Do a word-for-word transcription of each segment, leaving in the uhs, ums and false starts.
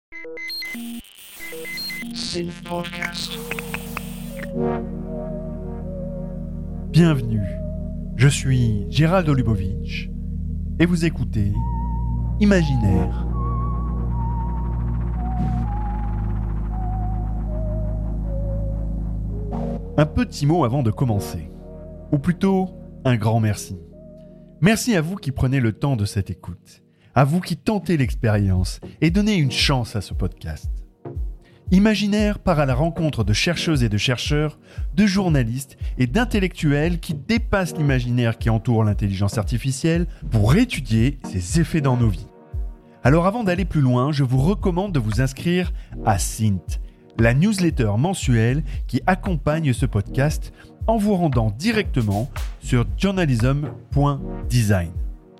Bienvenue, je suis Gérald Olubowicz et vous écoutez Imaginaire. Un petit mot avant de commencer, ou plutôt un grand merci. Merci à vous qui prenez le temps de cette écoute, à vous qui tentez l'expérience et donnez une chance à ce podcast. Imaginaire part à la rencontre de chercheuses et de chercheurs, de journalistes et d'intellectuels qui dépassent l'imaginaire qui entoure l'intelligence artificielle pour étudier ses effets dans nos vies. Alors avant d'aller plus loin, je vous recommande de vous inscrire à Synth, la newsletter mensuelle qui accompagne ce podcast en vous rendant directement sur journalism point design.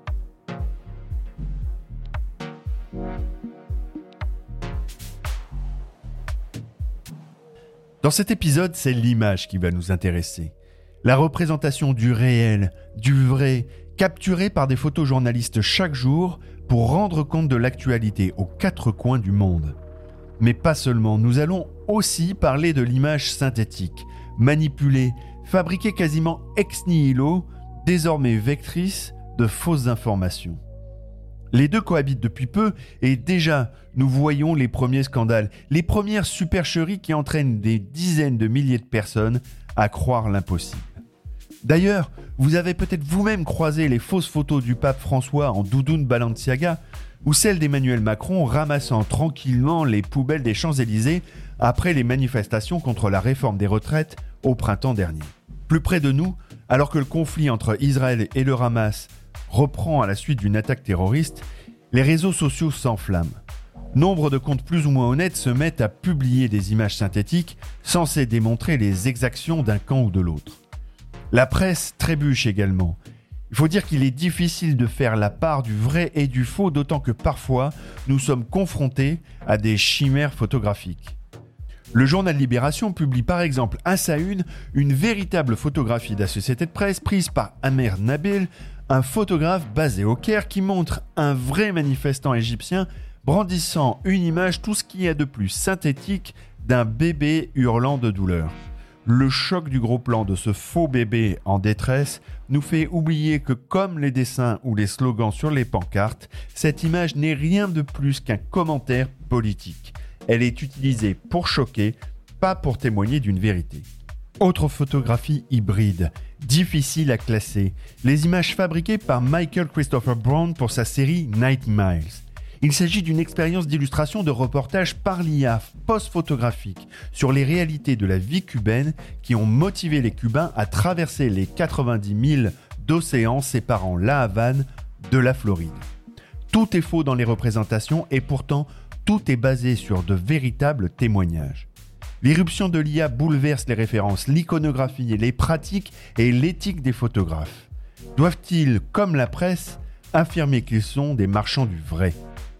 Dans cet épisode, c'est l'image qui va nous intéresser. La représentation du réel, du vrai, capturée par des photojournalistes chaque jour pour rendre compte de l'actualité aux quatre coins du monde. Mais pas seulement, nous allons aussi parler de l'image synthétique, manipulée, fabriquée quasiment ex nihilo, désormais vectrice de fausses informations. Les deux cohabitent depuis peu et déjà nous voyons les premiers scandales, les premières supercheries qui entraînent des dizaines de milliers de personnes à croire l'impossible. D'ailleurs, vous avez peut-être vous-même croisé les fausses photos du pape François en doudoune Balenciaga ou celles d'Emmanuel Macron ramassant tranquillement les poubelles des Champs-Élysées après les manifestations contre la réforme des retraites au printemps dernier. Plus près de nous, alors que le conflit entre Israël et le Hamas reprend à la suite d'une attaque terroriste, les réseaux sociaux s'enflamment. Nombre de comptes plus ou moins honnêtes se mettent à publier des images synthétiques censées démontrer les exactions d'un camp ou de l'autre. La presse trébuche également. Il faut dire qu'il est difficile de faire la part du vrai et du faux, d'autant que parfois nous sommes confrontés à des chimères photographiques. Le journal Libération publie par exemple à sa une une véritable photographie de la société de presse prise par Amer Nabil, un photographe basé au Caire qui montre un vrai manifestant égyptien brandissant une image tout ce qu'il y a de plus synthétique d'un bébé hurlant de douleur. Le choc du gros plan de ce faux bébé en détresse nous fait oublier que comme les dessins ou les slogans sur les pancartes, cette image n'est rien de plus qu'un commentaire politique. Elle est utilisée pour choquer, pas pour témoigner d'une vérité. Autre photographie hybride, difficile à classer, les images fabriquées par Michael Christopher Brown pour sa série Night Miles. Il s'agit d'une expérience d'illustration de reportage par l'I A post-photographique sur les réalités de la vie cubaine qui ont motivé les Cubains à traverser les quatre-vingt-dix milles d'océan séparant La Havane de la Floride. Tout est faux dans les représentations et pourtant tout est basé sur de véritables témoignages. L'irruption de l'I A bouleverse les références, l'iconographie et les pratiques et l'éthique des photographes. Doivent-ils, comme la presse, affirmer qu'ils sont des marchands du vrai ?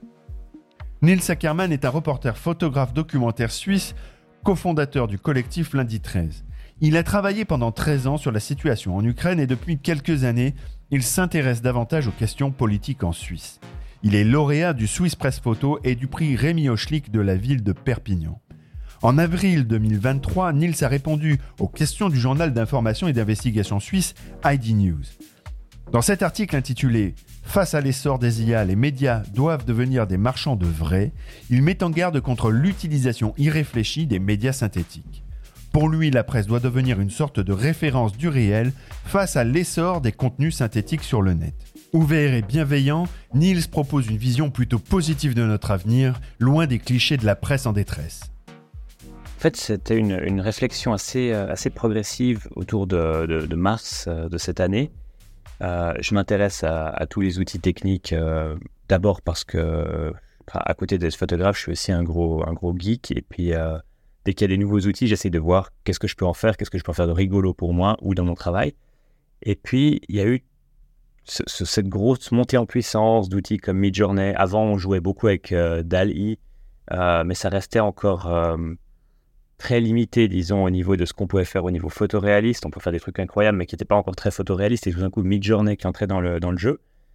Nils Ackermann est un reporter photographe documentaire suisse, cofondateur du collectif Lundi treize. Il a travaillé pendant treize ans sur la situation en Ukraine et depuis quelques années, il s'intéresse davantage aux questions politiques en Suisse. Il est lauréat du Swiss Press Photo et du prix Rémi Hochlik de la ville de Perpignan. En avril deux mille vingt-trois, Nils a répondu aux questions du journal d'information et d'investigation suisse I D News. Dans cet article intitulé « Face à l'essor des I A, les médias doivent devenir des marchands de vrai », il met en garde contre l'utilisation irréfléchie des médias synthétiques. Pour lui, la presse doit devenir une sorte de référence du réel face à l'essor des contenus synthétiques sur le net. Ouvert et bienveillant, Nils propose une vision plutôt positive de notre avenir, loin des clichés de la presse en détresse. En fait, c'était une, une réflexion assez, assez progressive autour de, de, de mars de cette année. Euh, je m'intéresse à, à tous les outils techniques, euh, d'abord parce que, à côté d'être photographe, je suis aussi un gros, un gros geek. Et puis, euh, dès qu'il y a des nouveaux outils, j'essaie de voir qu'est-ce que je peux en faire, qu'est-ce que je peux en faire de rigolo pour moi ou dans mon travail. Et puis, il y a eu ce, ce, cette grosse montée en puissance d'outils comme Midjourney. Avant, on jouait beaucoup avec euh, D A L L-E, euh, mais ça restait encore... Euh, très limité, disons, au niveau de ce qu'on pouvait faire au niveau photoréaliste. On peut faire des trucs incroyables, mais qui n'étaient pas encore très photoréalistes. Et tout d'un coup, Midjourney qui entrait dans le, dans le jeu.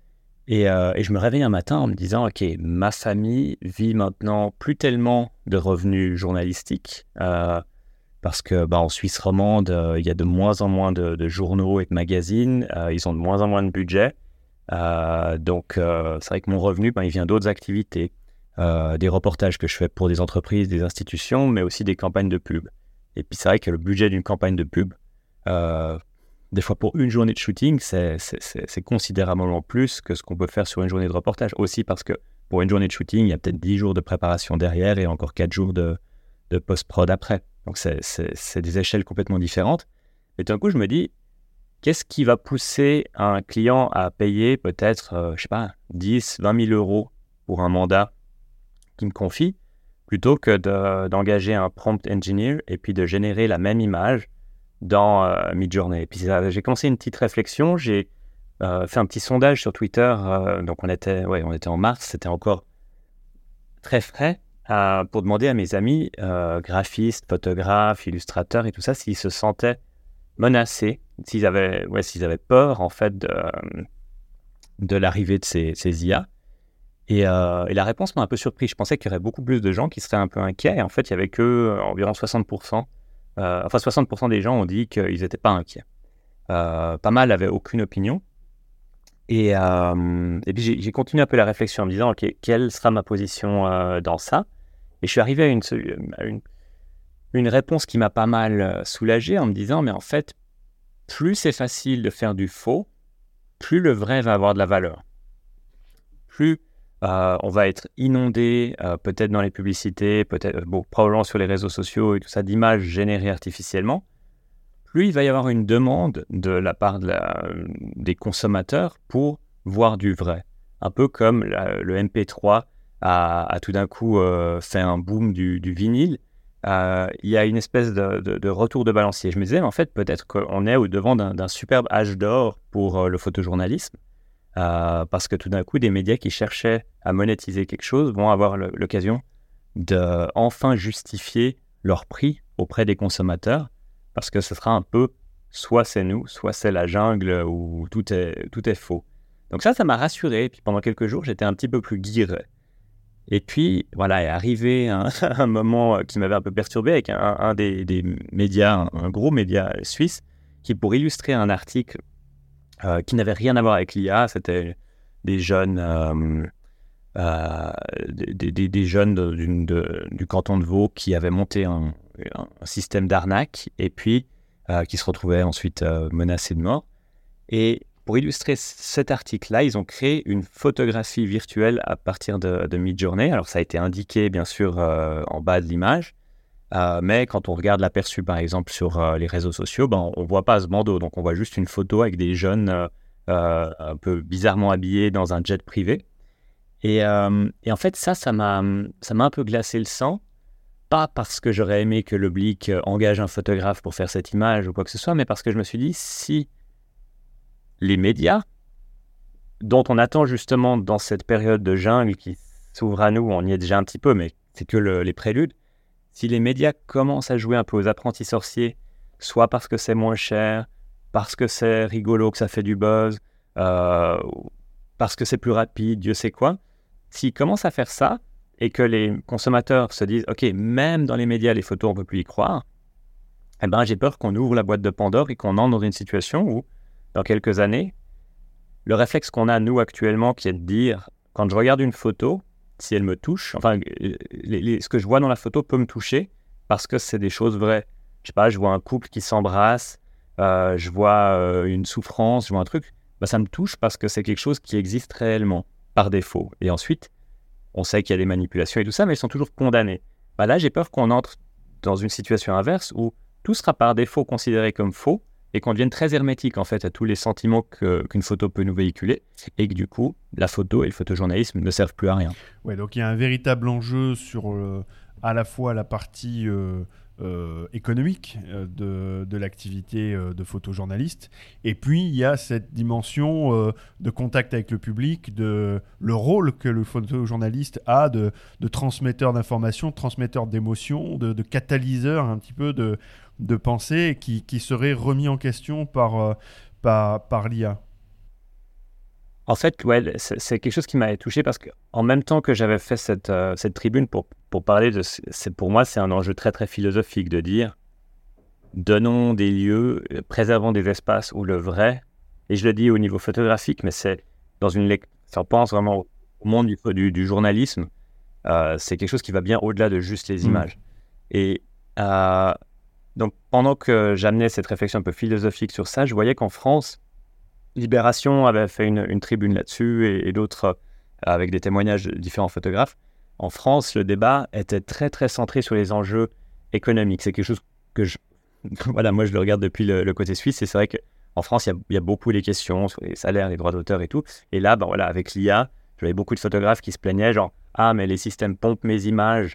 Et, euh, et je me réveille un matin en me disant, OK, ma famille vit maintenant plus tellement de revenus journalistiques, euh, parce que bah, en Suisse romande, euh, il y a de moins en moins de, de journaux et de magazines, euh, ils ont de moins en moins de budget. Euh, donc, euh, c'est vrai que mon revenu, ben, il vient d'autres activités, euh, des reportages que je fais pour des entreprises, des institutions, mais aussi des campagnes de pub. Et puis, c'est vrai que le budget d'une campagne de pub, euh, des fois pour une journée de shooting, c'est, c'est, c'est, c'est considérablement plus que ce qu'on peut faire sur une journée de reportage. Aussi parce que pour une journée de shooting, il y a peut-être dix jours de préparation derrière et encore quatre jours de, de post-prod après. Donc, c'est, c'est, c'est des échelles complètement différentes. Et tout d'un coup, je me dis, qu'est-ce qui va pousser un client à payer peut-être, euh, je sais pas, dix, vingt mille euros pour un mandat qu'il me confie, plutôt que de, d'engager un prompt engineer et puis de générer la même image dans euh, Midjourney. Et puis ça, j'ai commencé une petite réflexion, j'ai euh, fait un petit sondage sur Twitter, euh, donc on était, ouais, on était en mars, c'était encore très frais, euh, pour demander à mes amis euh, graphistes, photographes, illustrateurs et tout ça, s'ils se sentaient menacés, s'ils avaient, ouais, s'ils avaient peur en fait de, de l'arrivée de ces, ces I A. Et, euh, et la réponse m'a un peu surpris. Je pensais qu'il y aurait beaucoup plus de gens qui seraient un peu inquiets. Et en fait, il n'y avait que euh, environ soixante pour cent. Euh, enfin, soixante pour cent des gens ont dit qu'ils n'étaient pas inquiets. Euh, pas mal n'avaient aucune opinion. Et, euh, et puis, j'ai, j'ai continué un peu la réflexion en me disant, OK, quelle sera ma position euh, dans ça? Et je suis arrivé à une, à une, une réponse qui m'a pas mal soulagé en me disant, mais en fait, plus c'est facile de faire du faux, plus le vrai va avoir de la valeur. Plus euh, on va être inondé, euh, peut-être dans les publicités, peut-être bon, probablement sur les réseaux sociaux et tout ça, d'images générées artificiellement, plus il va y avoir une demande de la part de la, des consommateurs pour voir du vrai. Un peu comme la, le M P trois a, a tout d'un coup euh, fait un boom du, du vinyle. Euh, il y a une espèce de, de, de retour de balancier. Je me disais, en fait, peut-être qu'on est au devant d'un, d'un superbe âge d'or pour euh, le photojournalisme, euh, parce que tout d'un coup, des médias qui cherchaient à monétiser quelque chose vont avoir le, l'occasion de enfin justifier leur prix auprès des consommateurs, parce que ce sera un peu soit c'est nous, soit c'est la jungle où tout est, tout est faux. Donc ça, ça m'a rassuré. Et puis pendant quelques jours, j'étais un petit peu plus guiré. Et puis, voilà, est arrivé un, un moment qui m'avait un peu perturbé avec un, un des, des médias, un, un gros média suisse, qui, pour illustrer un article euh, qui n'avait rien à voir avec l'I A, c'était des jeunes, euh, euh, des, des, des jeunes de, de, du canton de Vaud qui avaient monté un, un système d'arnaque et puis euh, qui se retrouvaient ensuite euh, menacés de mort. Et pour illustrer cet article-là, ils ont créé une photographie virtuelle à partir de, de Midjourney. Alors, ça a été indiqué, bien sûr, euh, en bas de l'image. Euh, mais quand on regarde l'aperçu, par exemple, sur euh, les réseaux sociaux, ben, on ne voit pas ce bandeau. Donc, on voit juste une photo avec des jeunes euh, euh, un peu bizarrement habillés dans un jet privé. Et, euh, et en fait, ça, ça m'a, ça m'a un peu glacé le sang. Pas parce que j'aurais aimé que l'Oblique engage un photographe pour faire cette image ou quoi que ce soit, mais parce que je me suis dit, si les médias, dont on attend justement dans cette période de jungle qui s'ouvre à nous, on y est déjà un petit peu, mais c'est que le, les préludes, si les médias commencent à jouer un peu aux apprentis sorciers, soit parce que c'est moins cher, parce que c'est rigolo, que ça fait du buzz, euh, parce que c'est plus rapide, Dieu sait quoi, s'ils commencent à faire ça, et que les consommateurs se disent « Ok, même dans les médias, les photos, on ne peut plus y croire », eh ben, j'ai peur qu'on ouvre la boîte de Pandore et qu'on entre dans une situation où, dans quelques années, le réflexe qu'on a, nous, actuellement, qui est de dire, quand je regarde une photo, si elle me touche, enfin, les, les, ce que je vois dans la photo peut me toucher parce que c'est des choses vraies. Je sais pas, je vois un couple qui s'embrasse, euh, je vois euh, une souffrance, je vois un truc, ben, ça me touche parce que c'est quelque chose qui existe réellement, par défaut. Et ensuite, on sait qu'il y a des manipulations et tout ça, mais elles sont toujours condamnées. Ben là, j'ai peur qu'on entre dans une situation inverse où tout sera par défaut considéré comme faux et qu'on devienne très hermétique en fait à tous les sentiments que, qu'une photo peut nous véhiculer et que du coup, la photo et le photojournalisme ne servent plus à rien. Ouais, donc il y a un véritable enjeu sur euh, à la fois la partie euh, euh, économique euh, de, de l'activité euh, de photojournaliste et puis il y a cette dimension euh, de contact avec le public, de le rôle que le photojournaliste a de, de transmetteur d'informations, transmetteur d'émotions, de, de catalyseur un petit peu de de pensée qui, qui serait remis en question par, euh, par, par l'I A. En fait, ouais, c'est, c'est quelque chose qui m'avait touché parce qu'en même temps que j'avais fait cette, euh, cette tribune pour, pour parler de... C'est, pour moi, c'est un enjeu très, très philosophique de dire donnons des lieux, euh, préservons des espaces où le vrai, et je le dis au niveau photographique, mais c'est dans une lecture, si on pense vraiment au monde du, du, du journalisme, euh, c'est quelque chose qui va bien au-delà de juste les images. Mmh. Et euh, donc, pendant que j'amenais cette réflexion un peu philosophique sur ça, je voyais qu'en France, Libération avait fait une, une tribune là-dessus et, et d'autres euh, avec des témoignages de différents photographes. En France, le débat était très, très centré sur les enjeux économiques. C'est quelque chose que je... voilà, moi, je le regarde depuis le, le côté suisse et c'est vrai qu'en France, il y, a, il y a beaucoup les questions sur les salaires, les droits d'auteur et tout. Et là, ben voilà, avec l'I A, j'avais beaucoup de photographes qui se plaignaient, genre « Ah, mais les systèmes pompent mes images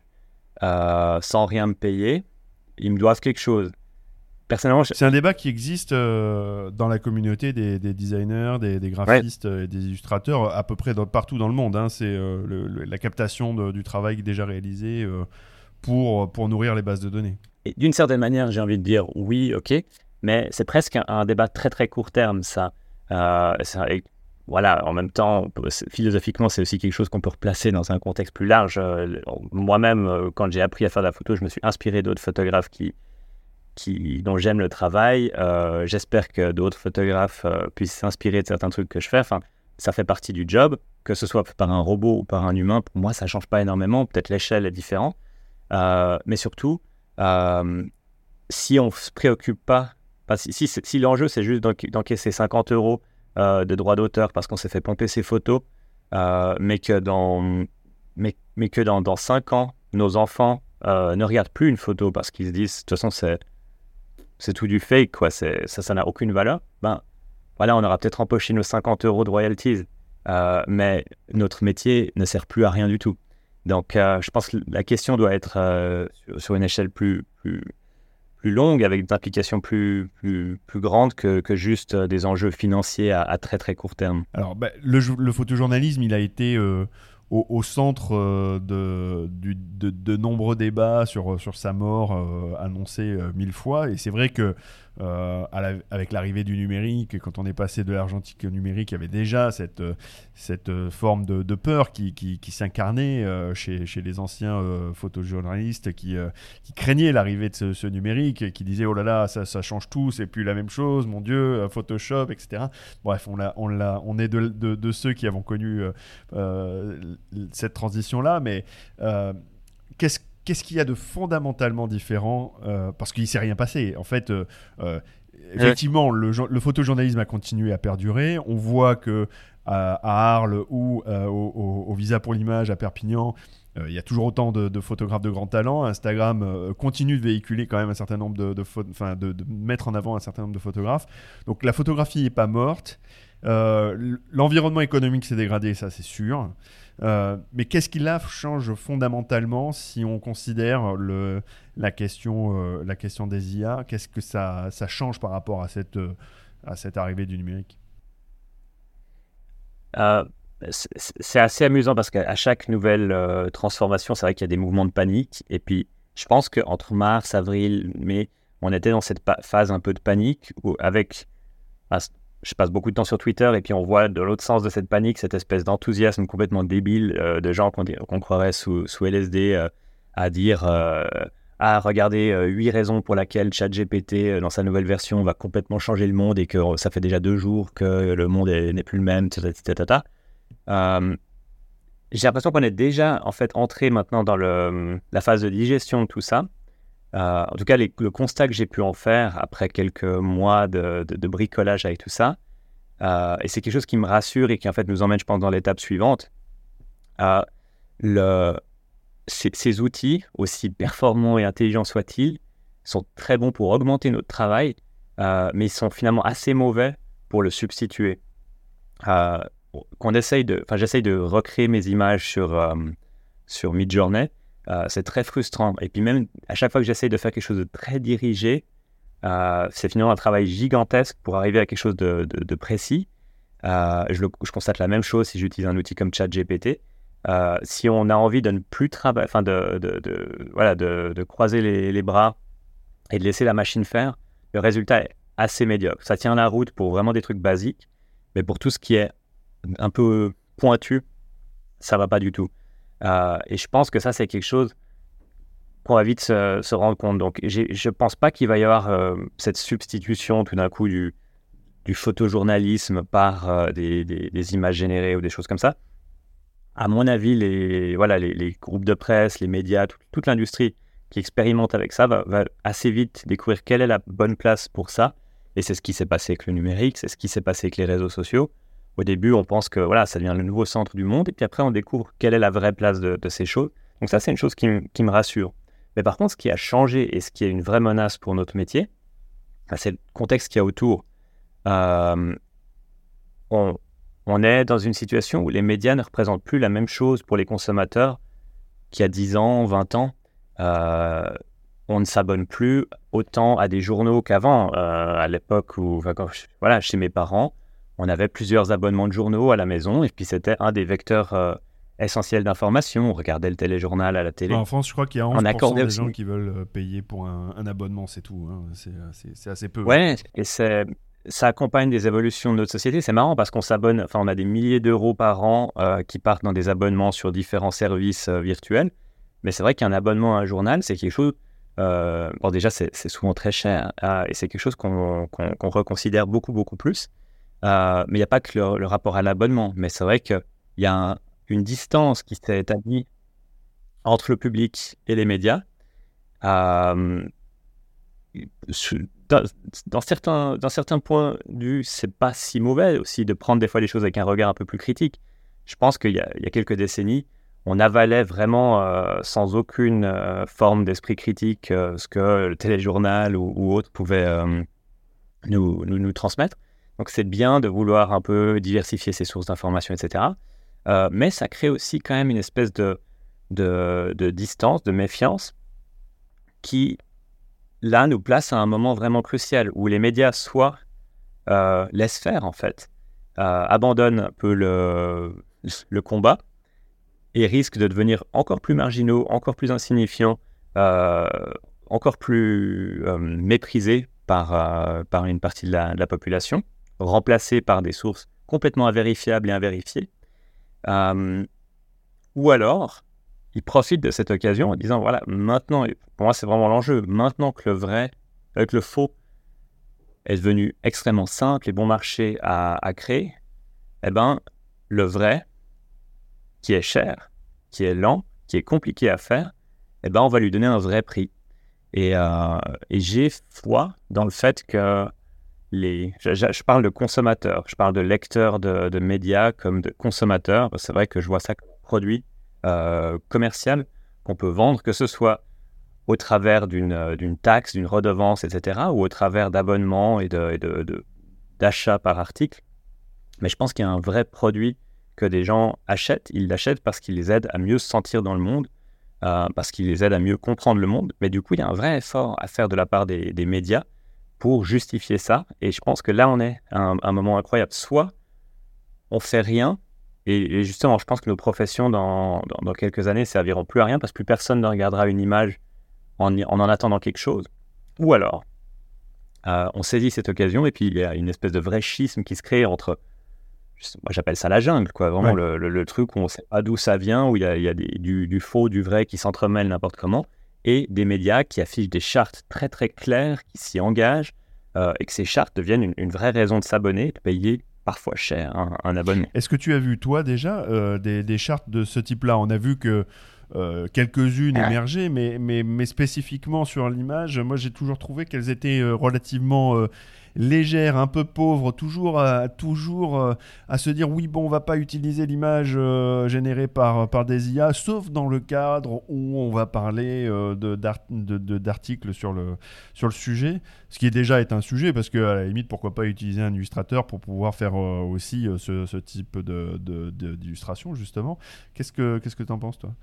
euh, sans rien me payer. Ils me doivent quelque chose. » Personnellement, je... C'est un débat qui existe euh, dans la communauté des, des designers, des, des graphistes ouais. et des illustrateurs à peu près dans, partout dans le monde. Hein. C'est euh, le, le, la captation de, du travail déjà réalisé euh, pour, pour nourrir les bases de données. Et d'une certaine manière, j'ai envie de dire oui, ok, mais c'est presque un, un débat très très court terme, ça. Euh, ça et, voilà, en même temps, philosophiquement, c'est aussi quelque chose qu'on peut replacer dans un contexte plus large. Euh, moi-même, euh, quand j'ai appris à faire de la photo, je me suis inspiré d'autres photographes qui Qui, dont j'aime le travail. Euh, j'espère que d'autres photographes euh, puissent s'inspirer de certains trucs que je fais. Enfin, ça fait partie du job, que ce soit par un robot ou par un humain. Pour moi, ça ne change pas énormément. Peut-être l'échelle est différente. Euh, mais surtout, euh, si on ne se préoccupe pas, enfin, si, si, si l'enjeu, c'est juste d'encaisser cinquante euros euh, de droits d'auteur parce qu'on s'est fait pomper ses photos, euh, mais que dans, mais, mais que dans, dans cinq ans, nos enfants euh, ne regardent plus une photo parce qu'ils se disent, de toute façon, c'est c'est tout du fake, quoi. C'est, ça, ça n'a aucune valeur. Ben, voilà, on aura peut-être empoché nos cinquante euros de royalties, euh, mais notre métier ne sert plus à rien du tout. Donc, euh, je pense que la question doit être euh, sur, sur une échelle plus, plus, plus longue, avec des implications plus, plus, plus grandes que, que juste des enjeux financiers à, à très, très court terme. Alors, bah, le, le photojournalisme, il a été... Euh... Au, au centre euh, de, du, de, de nombreux débats sur, sur sa mort euh, annoncée euh, mille fois. Et c'est vrai que euh, à la, avec l'arrivée du numérique, quand on est passé de l'argentique au numérique, il y avait déjà cette, cette forme de, de peur qui, qui, qui s'incarnait euh, chez, chez les anciens euh, photojournalistes qui, euh, qui craignaient l'arrivée de ce, ce numérique, qui disaient « Oh là là, ça, ça change tout, c'est plus la même chose, mon Dieu, Photoshop, et cetera » Bref, on, l'a, on, l'a, on est de, de, de ceux qui avons connu euh, euh, cette transition-là, mais euh, qu'est-ce, qu'est-ce qu'il y a de fondamentalement différent euh, parce qu'il ne s'est rien passé. En fait, euh, euh, effectivement, le, le photojournalisme a continué à perdurer. On voit que à, à Arles ou euh, au, au, au Visa pour l'image à Perpignan, il euh, y a toujours autant de, de photographes de grand talent. Instagram euh, continue de véhiculer quand même un certain nombre de, de, pho- de, de mettre en avant un certain nombre de photographes. Donc la photographie n'est pas morte. Euh, l'environnement économique s'est dégradé, ça c'est sûr. Euh, mais qu'est-ce qui là change fondamentalement si on considère le, la, question, euh, la question des I A? Qu'est-ce que ça, ça change par rapport à cette, euh, à cette arrivée du numérique? euh, c'est, c'est assez amusant parce qu'à chaque nouvelle euh, transformation, c'est vrai qu'il y a des mouvements de panique. Et puis, je pense qu'entre mars, avril, mai, on était dans cette pa- phase un peu de panique où avec... Ah, je passe beaucoup de temps sur Twitter et puis on voit de l'autre sens de cette panique, cette espèce d'enthousiasme complètement débile euh, de gens qu'on, qu'on croirait sous, sous L S D euh, à dire euh, « Ah, regardez, euh, huit raisons pour lesquelles ChatGPT, euh, dans sa nouvelle version, va complètement changer le monde et que euh, ça fait déjà deux jours que le monde est, n'est plus le même, tata, tata, tata. » Euh, j'ai l'impression qu'on est déjà en fait entré maintenant dans le, la phase de digestion de tout ça. Euh, en tout cas, les, le constat que j'ai pu en faire après quelques mois de, de, de bricolage avec tout ça, euh, et c'est quelque chose qui me rassure et qui en fait nous emmène, je pense, dans l'étape suivante. Euh, le, ces, ces outils, aussi performants et intelligents soient-ils, sont très bons pour augmenter notre travail, euh, mais ils sont finalement assez mauvais pour le substituer. Euh, qu'on essaye de, enfin, j'essaye de recréer mes images sur, euh, sur Midjourney. Euh, c'est très frustrant. Et puis même, à chaque fois que j'essaye de faire quelque chose de très dirigé, euh, c'est finalement un travail gigantesque pour arriver à quelque chose de, de, de précis. Euh, je, le, je constate la même chose si j'utilise un outil comme ChatGPT. Euh, si on a envie de ne plus travailler, enfin de, de, de, voilà, de, de croiser les, les bras et de laisser la machine faire, le résultat est assez médiocre. Ça tient la route pour vraiment des trucs basiques, mais pour tout ce qui est un peu pointu, ça va pas du tout. Euh, et je pense que ça, c'est quelque chose qu'on va vite se, se rendre compte. Donc, j'ai, je pense pas qu'il va y avoir euh, cette substitution tout d'un coup du, du photojournalisme par euh, des, des, des images générées ou des choses comme ça. À mon avis, les, voilà, les, les groupes de presse, les médias, tout, toute l'industrie qui expérimente avec ça va, va assez vite découvrir quelle est la bonne place pour ça. Et c'est ce qui s'est passé avec le numérique, c'est ce qui s'est passé avec les réseaux sociaux. Au début, on pense que voilà, ça devient le nouveau centre du monde, et puis après, on découvre quelle est la vraie place de, de ces choses. Donc ça, c'est une chose qui, m- qui me rassure. Mais par contre, ce qui a changé et ce qui est une vraie menace pour notre métier, bah, c'est le contexte qu'il y a autour. Euh, on, on est dans une situation où les médias ne représentent plus la même chose pour les consommateurs qu'il y a dix ans, vingt ans. Euh, on ne s'abonne plus autant à des journaux qu'avant. Euh, à l'époque où, enfin, quand je- voilà, chez mes parents, on avait plusieurs abonnements de journaux à la maison, et puis c'était un des vecteurs euh, essentiels d'information. On regardait le téléjournal à la télé. En France, je crois qu'il y a On onze pour cent accordait des aussi. gens qui veulent euh, payer pour un, un abonnement, c'est tout, hein. C'est, euh, c'est- c'est assez peu, hein. Ouais, et c'est, ça accompagne des évolutions de notre société. C'est marrant parce qu'on s'abonne, enfin, on a des milliers d'euros par an euh, qui partent dans des abonnements sur différents services euh, virtuels. Mais c'est vrai qu'un abonnement à un journal, c'est quelque chose. Euh, bon, déjà, c'est, c'est souvent très cher, hein, et c'est quelque chose qu'on, qu'on, qu'on reconsidère beaucoup, beaucoup plus. Euh, mais il n'y a pas que le, le rapport à l'abonnement. Mais c'est vrai qu'il y a un- une distance qui s'est établie entre le public et les médias. Euh, je- dans, dans certains, dans certains points de vue, c'est pas si mauvais aussi de prendre des fois les choses avec un regard un peu plus critique. Je pense qu'il y a, il y a quelques décennies, on avalait vraiment euh, sans aucune euh, forme d'esprit critique euh, ce que le téléjournal ou, ou autre pouvait euh, nous, nous, nous transmettre. Donc c'est bien de vouloir un peu diversifier ses sources d'information, et cetera. Euh, mais ça crée aussi quand même une espèce de, de, de distance, de méfiance qui là, nous place à un moment vraiment crucial où les médias soit euh, laissent faire, en fait, euh, abandonnent un peu le, le combat et risquent de devenir encore plus marginaux, encore plus insignifiants, euh, encore plus euh, méprisés par, euh, par une partie de la, de la population, remplacés par des sources complètement invérifiables et invérifiées. Euh, ou alors, ils profitent de cette occasion en disant, voilà, maintenant, et pour moi c'est vraiment l'enjeu, maintenant que le vrai, avec le faux, est devenu extrêmement simple et bon marché à, à créer, eh ben, le vrai, qui est cher, qui est lent, qui est compliqué à faire, eh ben, on va lui donner un vrai prix. Et, euh, et j'ai foi dans le fait que les... Je, je- je parle de consommateurs, je parle de lecteurs de, de médias comme de consommateurs. C'est vrai que je vois ça comme un produit euh, commercial qu'on peut vendre, que ce soit au travers d'une, euh, d'une taxe, d'une redevance, et cetera, ou au travers d'abonnements et, de, et de, de- d'achats par article. Mais je pense qu'il y a un vrai produit que des gens achètent. Ils l'achètent parce qu'il les aide à mieux se sentir dans le monde, euh, parce qu'il les aide à mieux comprendre le monde. Mais du coup, il y a un vrai effort à faire de la part des, des médias pour justifier ça. Et je pense que là, on est à un, un moment incroyable. Soit on fait rien, et, et justement, je pense que nos professions, dans, dans, dans quelques années, serviront plus à rien parce que plus personne ne regardera une image en, y- en en attendant quelque chose. Ou alors, euh, on saisit cette occasion et puis il y a une espèce de vrai schisme qui se crée entre, je sais- moi j'appelle ça la jungle, quoi, vraiment Ouais. le, le- le truc où on ne sait pas d'où ça vient, où il y a, il y a des- du, du faux, du vrai qui s'entremêlent n'importe comment, et des médias qui affichent des chartes très très claires, qui s'y engagent, euh, et que ces chartes deviennent une, une vraie raison de s'abonner, de payer parfois cher un, un abonnement. Est-ce que tu as vu, toi, déjà, euh, des, des chartes de ce type-là? On a vu que euh, quelques-unes Ouais. émergeaient, mais, mais, mais spécifiquement sur l'image, moi j'ai toujours trouvé qu'elles étaient euh, relativement euh, légères, un peu pauvres, toujours, à, toujours euh, à se dire oui, bon, on va pas utiliser l'image euh, générée par, par des I A, sauf dans le cadre où on va parler euh, de, d'art- de- de- d'articles sur le, sur le sujet. Ce qui déjà est un sujet, parce que à la limite, pourquoi pas utiliser un illustrateur pour pouvoir faire euh, aussi euh, ce, ce type de, de- de- d'illustration, justement. Qu'est-ce que qu'est-ce que t'en penses, toi?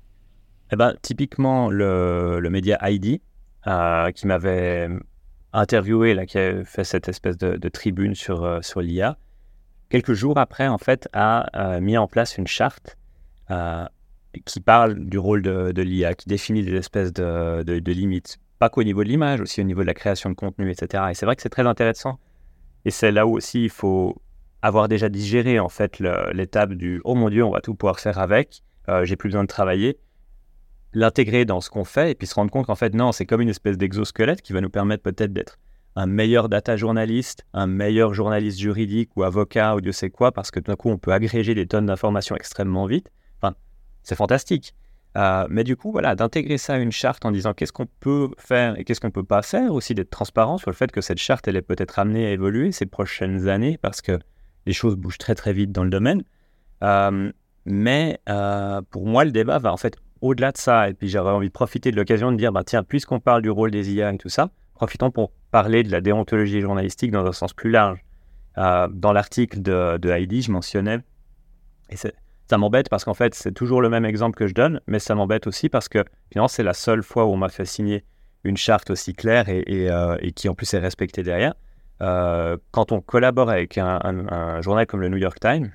Eh ben, typiquement, le, le média I D, euh, qui m'avait interviewé, là, qui a fait cette espèce de, de tribune sur, euh, sur l'I A, quelques jours après, en fait, a euh, mis en place une charte euh, qui parle du rôle de, de l'I A, qui définit des espèces de, de, de limites, pas qu'au niveau de l'image, aussi au niveau de la création de contenu, et cetera. Et c'est vrai que c'est très intéressant. Et c'est là où aussi il faut avoir déjà digéré en fait le, l'étape du « oh mon Dieu, on va tout pouvoir faire avec, euh, j'ai plus besoin de travailler », l'intégrer dans ce qu'on fait et puis se rendre compte qu'en fait, non, c'est comme une espèce d'exosquelette qui va nous permettre peut-être d'être un meilleur data journaliste, un meilleur journaliste juridique ou avocat ou Dieu sait quoi, parce que tout d'un coup, on peut agréger des tonnes d'informations extrêmement vite. Enfin, c'est fantastique. Euh, mais du coup, voilà, d'intégrer ça à une charte en disant qu'est-ce qu'on peut faire et qu'est-ce qu'on ne peut pas faire, aussi d'être transparent sur le fait que cette charte, elle est peut-être amenée à évoluer ces prochaines années parce que les choses bougent très très vite dans le domaine. Euh, mais euh, pour moi, le débat va en fait au-delà de ça. Et puis j'aurais envie de profiter de l'occasion de dire, bah, tiens, puisqu'on parle du rôle des I A et tout ça, profitons pour parler de la déontologie journalistique dans un sens plus large. Euh, dans l'article de, de Heidi, je mentionnais, et c'est, ça m'embête parce qu'en fait, c'est toujours le même exemple que je donne, mais ça m'embête aussi parce que finalement, c'est la seule fois où on m'a fait signer une charte aussi claire et, et, euh, et qui en plus est respectée derrière. Euh, quand on collabore avec un, un, un journal comme le New York Times,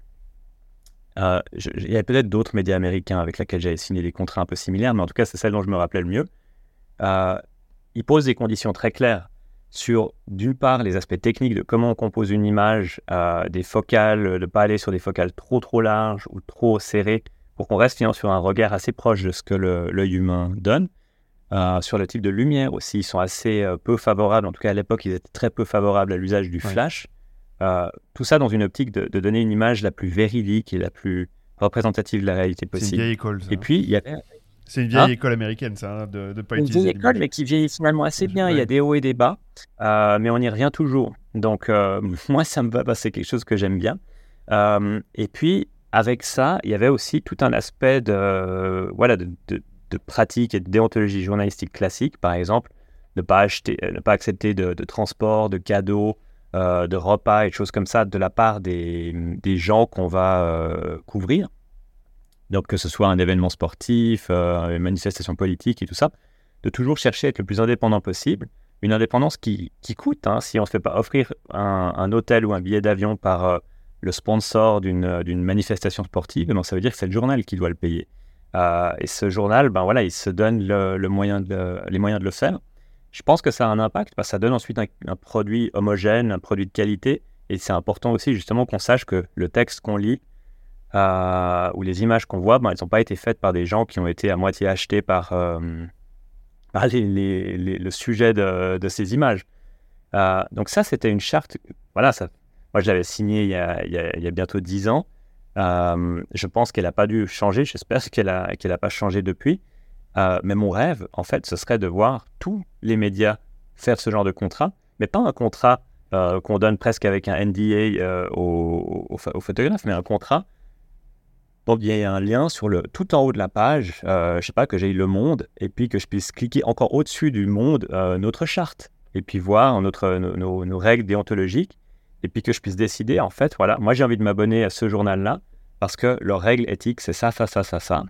euh, je, il y a peut-être d'autres médias américains avec lesquels j'avais signé des contrats un peu similaires, mais en tout cas, c'est celle dont je me rappelais le mieux. Euh, ils posent des conditions très claires sur, d'une part, les aspects techniques de comment on compose une image, euh, des focales, de ne pas aller sur des focales trop trop larges ou trop serrées, pour qu'on reste finalement sur un regard assez proche de ce que le, l'œil humain donne. Euh, sur le type de lumière aussi, ils sont assez euh, peu favorables, en tout cas à l'époque, ils étaient très peu favorables à l'usage du flash. Ouais. Euh, tout ça dans une optique de, de donner une image la plus véridique et la plus représentative de la réalité possible. C'est une vieille école, ça. Et puis, il y avait... C'est une vieille hein école américaine, ça, hein, de ne pas une utiliser vieille école, mais qui vieillit finalement assez bien. Ouais. Il y a des hauts et des bas, euh, mais on y revient toujours. Donc, euh, moi, ça me va, bah, c'est quelque chose que j'aime bien. Euh, et puis, avec ça, il y avait aussi tout un aspect de, euh, voilà, de, de, de pratique et de déontologie journalistique classique. Par exemple, ne pas, acheter, ne pas accepter de, de transport, de cadeaux, euh, de repas et de choses comme ça de la part des, des gens qu'on va euh, couvrir. Donc que ce soit un événement sportif, euh, une manifestation politique et tout ça, de toujours chercher à être le plus indépendant possible. Une indépendance qui, qui coûte, hein, si on ne se fait pas offrir un, un hôtel ou un billet d'avion par euh, le sponsor d'une, d'une manifestation sportive, ben, ça veut dire que c'est le journal qui doit le payer. Euh, et ce journal, ben, voilà, il se donne le, le moyen de, les moyens de le faire. Je pense que ça a un impact, parce que ça donne ensuite un, un produit homogène, un produit de qualité, et c'est important aussi justement qu'on sache que le texte qu'on lit, Euh, où les images qu'on voit, ben, elles n'ont pas été faites par des gens qui ont été à moitié achetés par, euh, par les, les, les, le sujet de, de ces images. Euh, donc ça, c'était une charte. Voilà, ça, moi, je l'avais signée il y a, il y a, il y a bientôt dix ans. Euh, je pense qu'elle n'a pas dû changer. J'espère qu'elle n'a qu'elle a pas changé depuis. Euh, mais mon rêve, en fait, ce serait de voir tous les médias faire ce genre de contrat, mais pas un contrat euh, qu'on donne presque avec un N D A euh, au, au, au photographe, mais un contrat. Donc, il y a un lien sur le, tout en haut de la page, euh, je sais pas, que j'ai Le Monde, et puis que je puisse cliquer encore au-dessus du Monde, euh, notre charte, et puis voir notre, nos, nos, nos règles déontologiques, et puis que je puisse décider, en fait, voilà, moi j'ai envie de m'abonner à ce journal-là, parce que leurs règles éthiques, c'est ça, ça, ça, ça, ça.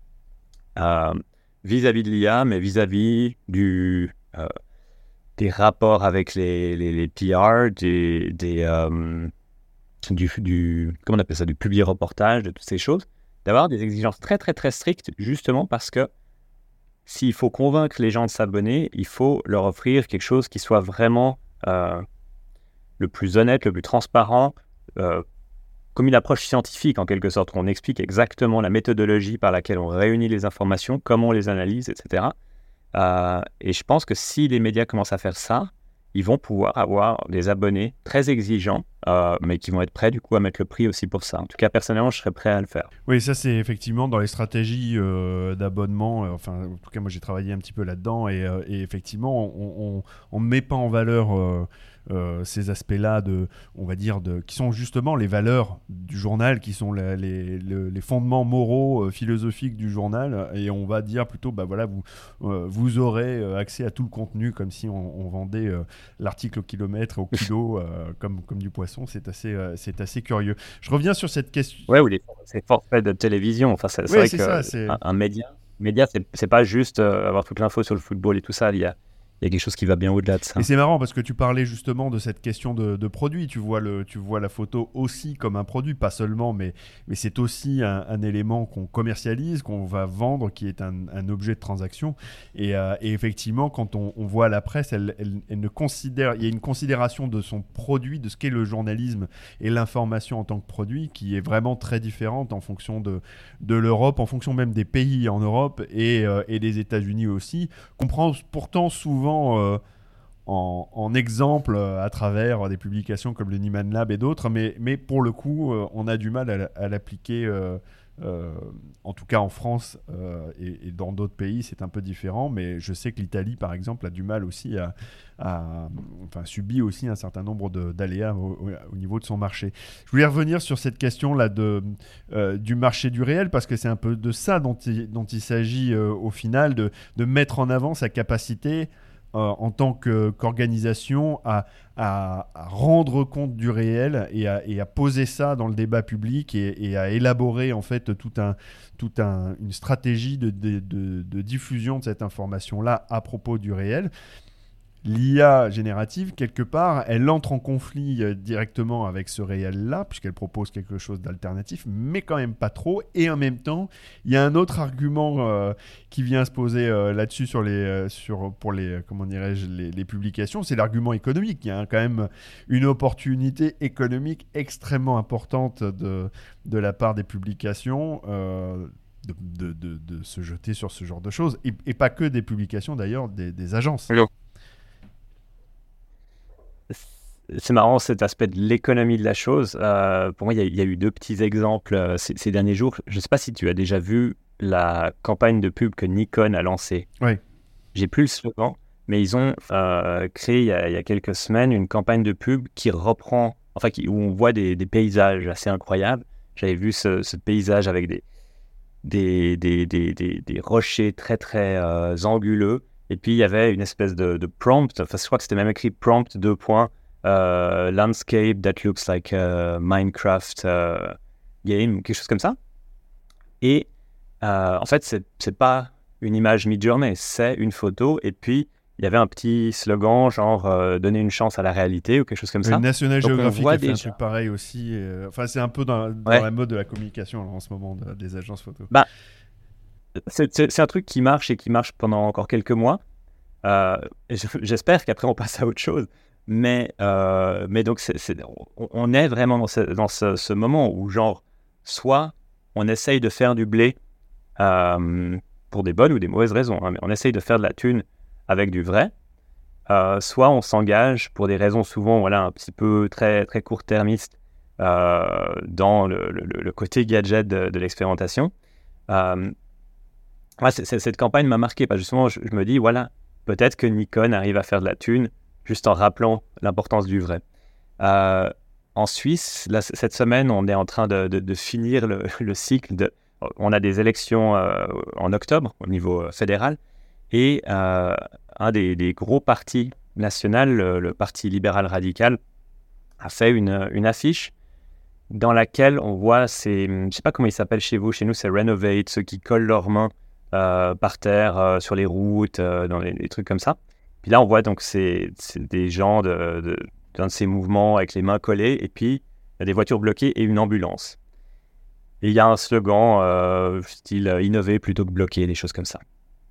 Euh, vis-à-vis de l'I A, mais vis-à-vis du, euh, des rapports avec les, les, les P R, des... des euh, Du, du, comment on appelle ça, du public reportage, de toutes ces choses, d'avoir des exigences très très très strictes, justement parce que s'il faut convaincre les gens de s'abonner, il faut leur offrir quelque chose qui soit vraiment euh, le plus honnête, le plus transparent, euh, comme une approche scientifique en quelque sorte, où on explique exactement la méthodologie par laquelle on réunit les informations, comment on les analyse, et cetera. Euh, et je pense que si les médias commencent à faire ça, ils vont pouvoir avoir des abonnés très exigeants, euh, mais qui vont être prêts du coup à mettre le prix aussi pour ça. En tout cas, personnellement, je serais prêt à le faire. Oui, ça c'est effectivement dans les stratégies euh, d'abonnement. Euh, enfin, en tout cas, moi j'ai travaillé un petit peu là-dedans et, euh, et effectivement, on ne met pas en valeur euh, euh, ces aspects-là de, on va dire, de, qui sont justement les valeurs du journal, qui sont la, les, les, les fondements moraux, euh, philosophiques du journal. Et on va dire plutôt, bah voilà, vous, euh, vous aurez accès à tout le contenu comme si on, on vendait euh, l'article au kilomètre, au kilo, euh, comme, comme du poisson. C'est assez, euh, c'est assez curieux. Je reviens sur cette question. Ouais, ou les c'est forfaits de télévision. Enfin, c'est, c'est ouais, vrai c'est que ça, c'est... Un, un média, média c'est, c'est pas juste euh, avoir toute l'info sur le football et tout ça. Il y a, il y a quelque chose qui va bien au-delà de ça. Et c'est marrant parce que tu parlais justement de cette question de, de produit. Tu vois, le, tu vois la photo aussi comme un produit, pas seulement, mais, mais c'est aussi un, un élément qu'on commercialise, qu'on va vendre, qui est un, un objet de transaction. Et, euh, et effectivement, quand on, on voit la presse, elle, elle, elle ne considère, il y a une considération de son produit, de ce qu'est le journalisme et l'information en tant que produit, qui est vraiment très différente en fonction de, de l'Europe, en fonction même des pays en Europe et, euh, et des États-Unis aussi, qu'on prend pourtant souvent euh, en, en exemple euh, à travers des publications comme le Nieman Lab et d'autres, mais, mais pour le coup, euh, on a du mal à, à l'appliquer, euh, euh, en tout cas en France euh, et, et dans d'autres pays, c'est un peu différent, mais je sais que l'Italie, par exemple, a du mal aussi à, à enfin, subit aussi un certain nombre de, d'aléas au, au, au niveau de son marché. Je voulais revenir sur cette question-là de, euh, du marché du réel, parce que c'est un peu de ça dont il, dont il s'agit euh, au final, de, de mettre en avant sa capacité Euh, en tant que, qu'organisation à, à, à rendre compte du réel et à, et à poser ça dans le débat public et, et à élaborer en fait tout un, tout un, une stratégie de, de, de, de diffusion de cette information-là à propos du réel. L'I A générative, quelque part, elle entre en conflit euh, directement avec ce réel-là, puisqu'elle propose quelque chose d'alternatif, mais quand même pas trop. Et en même temps, il y a un autre argument euh, qui vient se poser euh, là-dessus sur les, euh, sur, pour les, comment dirais-je, les, les publications, c'est l'argument économique. Il y a hein, quand même une opportunité économique extrêmement importante de, de la part des publications. Euh, De, de, de, de se jeter sur ce genre de choses. Et, et pas que des publications, d'ailleurs, des, des agences. Alors, c'est marrant cet aspect de l'économie de la chose. Euh, pour moi, il y, a, il y a eu deux petits exemples euh, ces, ces derniers jours. Je ne sais pas si tu as déjà vu la campagne de pub que Nikon a lancée. Oui. J'ai plus le slogan, mais ils ont euh, créé il y, a, il y a quelques semaines une campagne de pub qui reprend, enfin qui, où on voit des, des paysages assez incroyables. J'avais vu ce, ce paysage avec des, des, des, des, des, des rochers très très euh, anguleux. Et puis il y avait une espèce de, de prompt, enfin je crois que c'était même écrit prompt deux points. Uh, landscape that looks like a Minecraft uh, game, quelque chose comme ça. Et uh, en fait, c'est, c'est pas une image mid-journée, c'est une photo. Et puis, il y avait un petit slogan, genre euh, donner une chance à la réalité ou quelque chose comme ça. Le National Donc, Geographic a fait déjà... un truc pareil aussi. Euh, enfin, c'est un peu dans, dans ouais. la mode de la communication alors, en ce moment de, des agences photo. Bah, c'est, c'est, c'est un truc qui marche et qui marche pendant encore quelques mois. Euh, et j'espère qu'après, on passe à autre chose. Mais, euh, mais donc, c'est, c'est, on est vraiment dans, ce, dans ce, ce moment où, genre, soit on essaye de faire du blé euh, pour des bonnes ou des mauvaises raisons, hein, mais on essaye de faire de la thune avec du vrai, euh, soit on s'engage pour des raisons souvent voilà, un petit peu très, très court-termistes euh, dans le, le, le côté gadget de, de l'expérimentation. Euh, ouais, c'est, c'est, cette campagne m'a marqué, parce que justement, je, je me dis, voilà, peut-être que Nikon arrive à faire de la thune juste en rappelant l'importance du vrai. Euh, en Suisse, là, cette semaine, on est en train de, de, de finir le, le cycle. De, on a des élections euh, en octobre au niveau fédéral. Et euh, un des, des gros partis nationaux, le, le Parti libéral radical, a fait une, une affiche dans laquelle on voit ces... Je ne sais pas comment ils s'appellent chez vous. Chez nous, c'est Renovate, ceux qui collent leurs mains euh, par terre, euh, sur les routes, euh, dans les, les trucs comme ça. Puis là, on voit donc c'est, c'est des gens de, de, d'un de ces mouvements avec les mains collées, et puis il y a des voitures bloquées et une ambulance. Et il y a un slogan euh, style euh, innover plutôt que bloquer, des choses comme ça.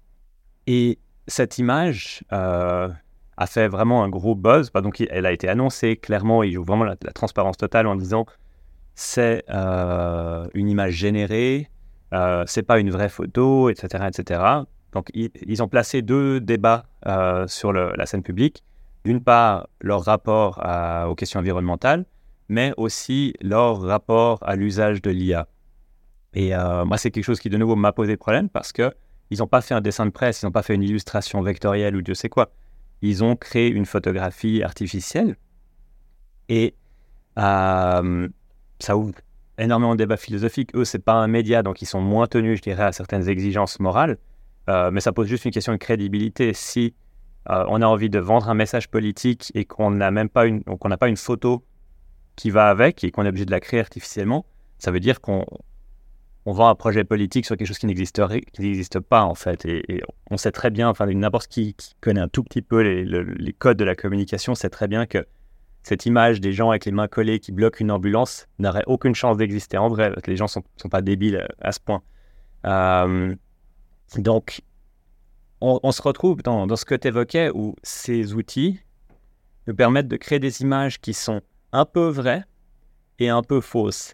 Et cette image euh, a fait vraiment un gros buzz. Donc, elle a été annoncée clairement, il joue vraiment la, la transparence totale en disant c'est euh, une image générée, euh, c'est pas une vraie photo, et cetera, et cetera. Donc, ils, ils ont placé deux débats euh, sur le, la scène publique. D'une part, leur rapport à, aux questions environnementales, mais aussi leur rapport à l'usage de l'I A. Et euh, moi, c'est quelque chose qui, de nouveau, m'a posé problème parce qu'ils n'ont pas fait un dessin de presse, ils n'ont pas fait une illustration vectorielle ou Dieu sait quoi. Ils ont créé une photographie artificielle et euh, ça ouvre énormément de débats philosophiques. Eux, ce n'est pas un média, donc ils sont moins tenus, je dirais, à certaines exigences morales. Euh, mais ça pose juste une question de crédibilité. Si euh, on a envie de vendre un message politique et qu'on n'a même pas une, qu'on n'a pas une photo qui va avec et qu'on est obligé de la créer artificiellement, ça veut dire qu'on on vend un projet politique sur quelque chose qui n'existerait, qui n'existe pas en fait. Et, et on sait très bien, enfin n'importe qui qui connaît un tout petit peu les, le, les codes de la communication sait très bien que cette image des gens avec les mains collées qui bloquent une ambulance n'aurait aucune chance d'exister en vrai. Parce que les gens ne sont, sont pas débiles à, à ce point. Euh, donc, on, on se retrouve dans, dans ce que tu évoquais où ces outils nous permettent de créer des images qui sont un peu vraies et un peu fausses.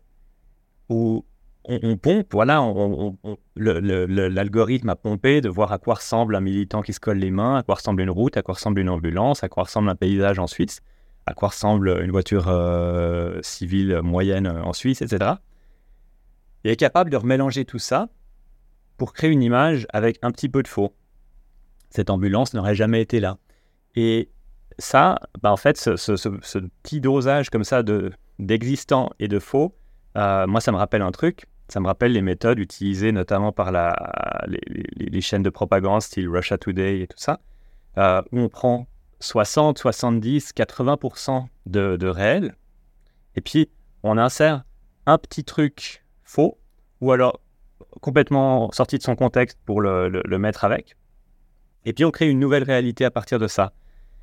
Où on, on pompe, voilà, on, on, on, le, le, le, l'algorithme a pompé de voir à quoi ressemble un militant qui se colle les mains, à quoi ressemble une route, à quoi ressemble une ambulance, à quoi ressemble un paysage en Suisse, à quoi ressemble une voiture euh, civile moyenne en Suisse, et cetera. Il est capable de remélanger tout ça pour créer une image avec un petit peu de faux. Cette ambulance n'aurait jamais été là. Et ça, bah en fait, ce, ce, ce, ce petit dosage comme ça de, d'existant et de faux, euh, moi, ça me rappelle un truc. Ça me rappelle les méthodes utilisées notamment par la, les, les, les chaînes de propagande style Russia Today et tout ça, euh, où on prend soixante, soixante-dix, quatre-vingts pour cent de, de réel, et puis on insère un petit truc faux, ou alors complètement sorti de son contexte pour le, le, le mettre avec, et puis on crée une nouvelle réalité à partir de ça.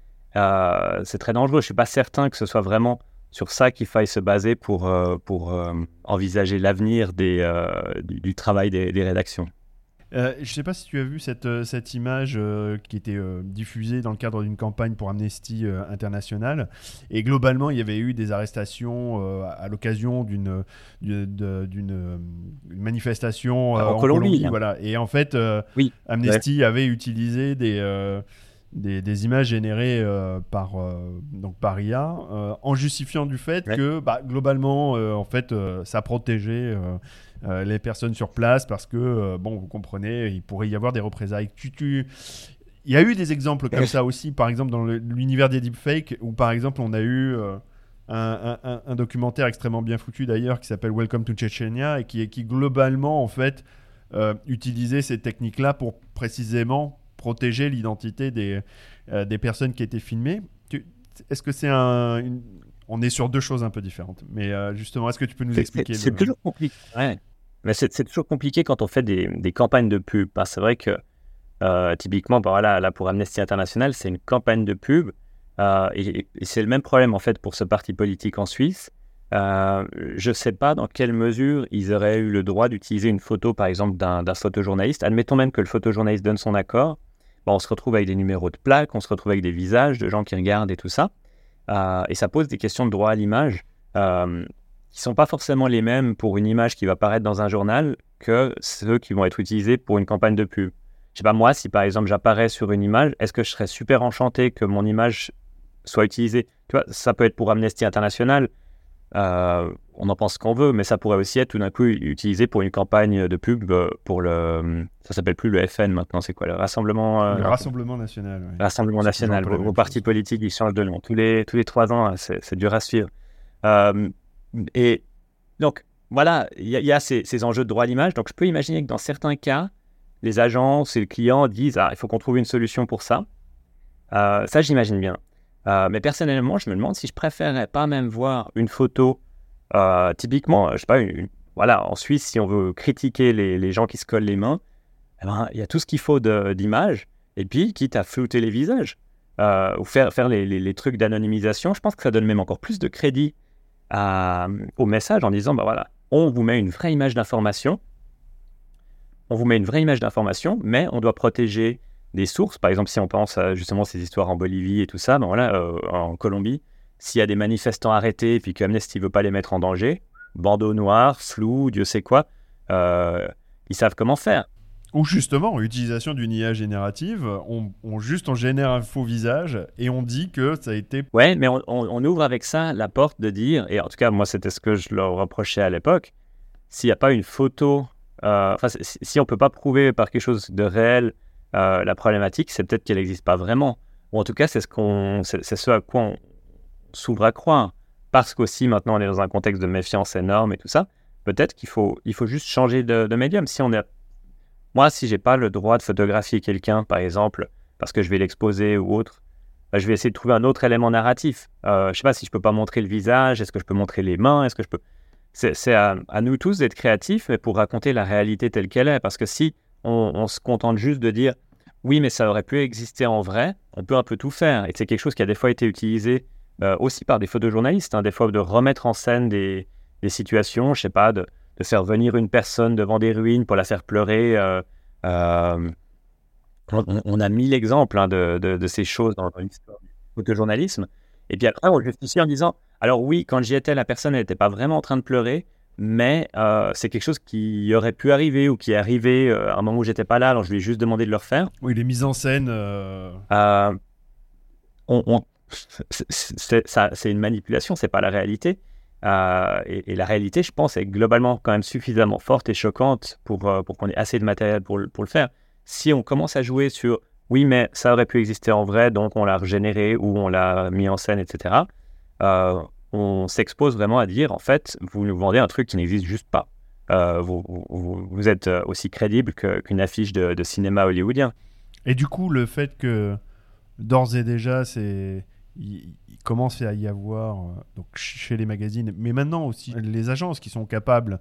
Euh, c'est très dangereux, je ne suis pas certain que ce soit vraiment sur ça qu'il faille se baser pour, euh, pour euh, envisager l'avenir des, euh, du, du travail des, des rédactions. Euh, je ne sais pas si tu as vu cette, euh, cette image euh, qui était euh, diffusée dans le cadre d'une campagne pour Amnesty euh, International. Et globalement, il y avait eu des arrestations euh, à l'occasion d'une, d'une, d'une euh, manifestation euh, en, en Colombie. Colombie. Voilà. Et en fait, euh, oui, Amnesty ouais. avait utilisé des, euh, des, des images générées euh, par, euh, donc par I A euh, en justifiant du fait ouais. que bah, globalement, euh, en fait, euh, ça protégeait... Euh, Euh, les personnes sur place parce que, euh, bon, vous comprenez, il pourrait y avoir des représailles. Tu, tu... Il y a eu des exemples comme ça aussi, par exemple dans le, l'univers des deepfakes, où par exemple on a eu euh, un, un, un documentaire extrêmement bien foutu d'ailleurs qui s'appelle Welcome to Chechnya et qui, qui globalement en fait euh, utilisait ces techniques-là pour précisément protéger l'identité des, euh, des personnes qui étaient filmées. Tu... Est-ce que c'est un... Une... On est sur deux choses un peu différentes, mais euh, justement, est-ce que tu peux nous c'est, expliquer C'est, le... c'est toujours compliqué. Ouais. Mais c'est, c'est toujours compliqué quand on fait des, des campagnes de pub. Parce que c'est vrai que euh, typiquement, bah voilà, là pour Amnesty International, c'est une campagne de pub. Euh, et, et c'est le même problème en fait pour ce parti politique en Suisse. Euh, je ne sais pas dans quelle mesure ils auraient eu le droit d'utiliser une photo, par exemple, d'un, d'un photojournaliste. Admettons même que le photojournaliste donne son accord. Bah, on se retrouve avec des numéros de plaques, on se retrouve avec des visages de gens qui regardent et tout ça. Euh, et ça pose des questions de droit à l'image. Euh, qui ne sont pas forcément les mêmes pour une image qui va paraître dans un journal que ceux qui vont être utilisés pour une campagne de pub. Je sais pas, moi, si par exemple j'apparais sur une image, est-ce que je serais super enchanté que mon image soit utilisée? Tu vois, ça peut être pour Amnesty International, euh, on en pense ce qu'on veut, mais ça pourrait aussi être tout d'un coup utilisé pour une campagne de pub pour le... Ça s'appelle plus le F N maintenant, c'est quoi? Le Rassemblement... Euh, le Rassemblement National. Oui. Le Rassemblement National, vos, vos partis politiques, ils changent de nom. Tous les, tous les trois ans, c'est, c'est dur à suivre. Euh, Et donc, voilà, il y, y a ces, ces enjeux de droit à l'image. Donc, je peux imaginer que dans certains cas, les agences et le client disent « Ah, il faut qu'on trouve une solution pour ça. Euh, » Ça, j'imagine bien. Euh, mais personnellement, je me demande si je préférerais pas même voir une photo, euh, typiquement, je sais pas, une, une, voilà, en Suisse, si on veut critiquer les, les gens qui se collent les mains, eh ben, y a tout ce qu'il faut de, d'images, et puis, quitte à flouter les visages, euh, ou faire, faire les, les, les trucs d'anonymisation, je pense que ça donne même encore plus de crédit À, au message en disant bah voilà, on vous met une vraie image d'information, on vous met une vraie image d'information, mais on doit protéger des sources. Par exemple, si on pense à justement ces histoires en Bolivie et tout ça, ben voilà, euh, en Colombie, s'il y a des manifestants arrêtés et puis que Amnesty ne veut pas les mettre en danger, bandeau noir, flou, Dieu sait quoi, euh, ils savent comment faire. Ou justement, utilisation d'une I A générative, on, on juste on génère un faux visage et on dit que ça a été... Ouais, mais on, on, on ouvre avec ça la porte de dire, et en tout cas moi c'était ce que je leur reprochais à l'époque, s'il n'y a pas une photo, euh, enfin si, si on ne peut pas prouver par quelque chose de réel euh, la problématique, c'est peut-être qu'elle n'existe pas vraiment. Ou en tout cas c'est ce, qu'on, c'est, c'est ce à quoi on s'ouvre à croire. Parce qu'aussi maintenant on est dans un contexte de méfiance énorme et tout ça, peut-être qu'il faut, il faut juste changer de, de médium. Si on est... Moi, si j'ai pas le droit de photographier quelqu'un, par exemple, parce que je vais l'exposer ou autre, bah, je vais essayer de trouver un autre élément narratif. Euh, je sais pas si je peux pas montrer le visage, est-ce que je peux montrer les mains, est-ce que je peux... c'est, c'est à, à nous tous d'être créatifs, mais pour raconter la réalité telle qu'elle est. Parce que si on, on se contente juste de dire « oui, mais ça aurait pu exister en vrai », on peut un peu tout faire. Et c'est quelque chose qui a des fois été utilisé euh, aussi par des photojournalistes, hein, des fois de remettre en scène des, des situations, je sais pas, de, de faire venir une personne devant des ruines pour la faire pleurer. Euh, euh, on, on a mille exemples hein, de, de, de ces choses dans, dans l'histoire du photojournalisme. Et puis après, on justifie en disant « alors oui, quand j'y étais, la personne n'était pas vraiment en train de pleurer, mais euh, c'est quelque chose qui aurait pu arriver ou qui est arrivé euh, à un moment où j'étais pas là, alors je lui ai juste demandé de le refaire. » Oui, les mises en scène... Euh... Euh, on, on, c'est, c'est, ça, c'est une manipulation, c'est pas la réalité. Euh, et, et la réalité, je pense, est globalement quand même suffisamment forte et choquante pour, euh, pour qu'on ait assez de matériel pour, pour le faire. Si on commence à jouer sur « oui, mais ça aurait pu exister en vrai, donc on l'a régénéré ou on l'a mis en scène, et cetera » euh, on s'expose vraiment à dire, en fait, vous nous vendez un truc qui n'existe juste pas. Euh, vous, vous, vous êtes aussi crédible que, qu'une affiche de, de cinéma hollywoodien. Et du coup, le fait que d'ores et déjà, c'est... il, il commence à y avoir, euh, donc chez les magazines, mais maintenant aussi les agences qui sont capables,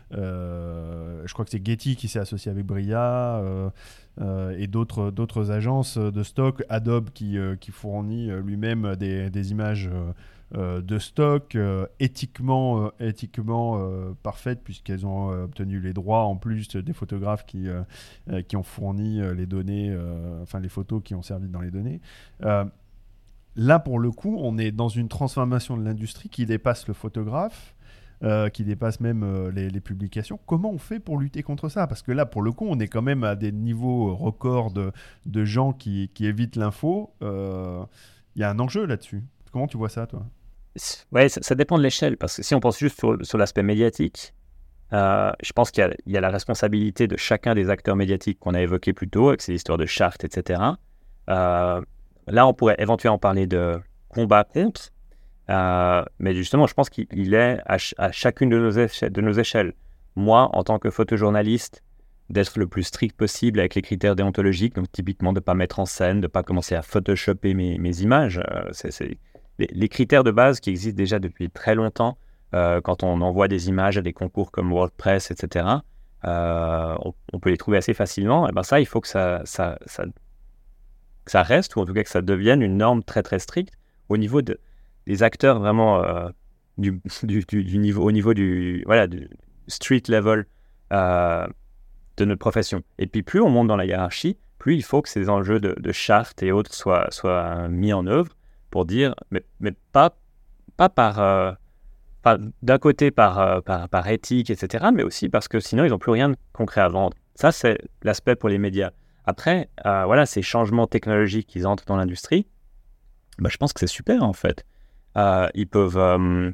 euh, je crois que c'est Getty qui s'est associé avec Bria, euh, euh, et d'autres, d'autres agences de stock, Adobe qui, euh, qui fournit lui-même des, des images euh, euh, de stock euh, éthiquement, euh, éthiquement euh, parfaites, puisqu'elles ont euh, obtenu les droits en plus des photographes qui, euh, euh, qui ont fourni euh, les données, euh, enfin les photos qui ont servi dans les données. Euh, Là, pour le coup, on est dans une transformation de l'industrie qui dépasse le photographe, euh, qui dépasse même euh, les, les publications. Comment on fait pour lutter contre ça ? Parce que là, pour le coup, on est quand même à des niveaux records de, de gens qui, qui évitent l'info. Il euh, y a un enjeu là-dessus. Comment tu vois ça, toi ? Ouais, ça, ça dépend de l'échelle. Parce que si on pense juste sur, sur l'aspect médiatique, euh, je pense qu'il y a, il y a la responsabilité de chacun des acteurs médiatiques qu'on a évoqués plus tôt, avec ces histoires de chartes, et cetera. Euh, Là, on pourrait éventuellement parler de combat contre, euh, mais justement, je pense qu'il est à, ch- à chacune de nos, éche- de nos échelles. Moi, en tant que photojournaliste, d'être le plus strict possible avec les critères déontologiques, donc typiquement de ne pas mettre en scène, de ne pas commencer à photoshopper mes, mes images. Euh, c'est, c'est les, les critères de base qui existent déjà depuis très longtemps, euh, quand on envoie des images à des concours comme WordPress, et cetera, euh, on, on peut les trouver assez facilement. Et ben ça, il faut que ça... ça, ça que ça reste, ou en tout cas que ça devienne une norme très très stricte au niveau de, des acteurs vraiment euh, du, du, du, du niveau, au niveau du, voilà, du street level euh, de notre profession. Et puis plus on monte dans la hiérarchie, plus il faut que ces enjeux de, de charte et autres soient, soient mis en œuvre pour dire, mais, mais pas, pas par... Euh, pas d'un côté par, euh, par, par éthique, et cetera, mais aussi parce que sinon ils n'ont plus rien de concret à vendre. Ça, c'est l'aspect pour les médias. Après, euh, voilà, ces changements technologiques qui entrent dans l'industrie, bah, je pense que c'est super en fait. Euh, ils peuvent, euh,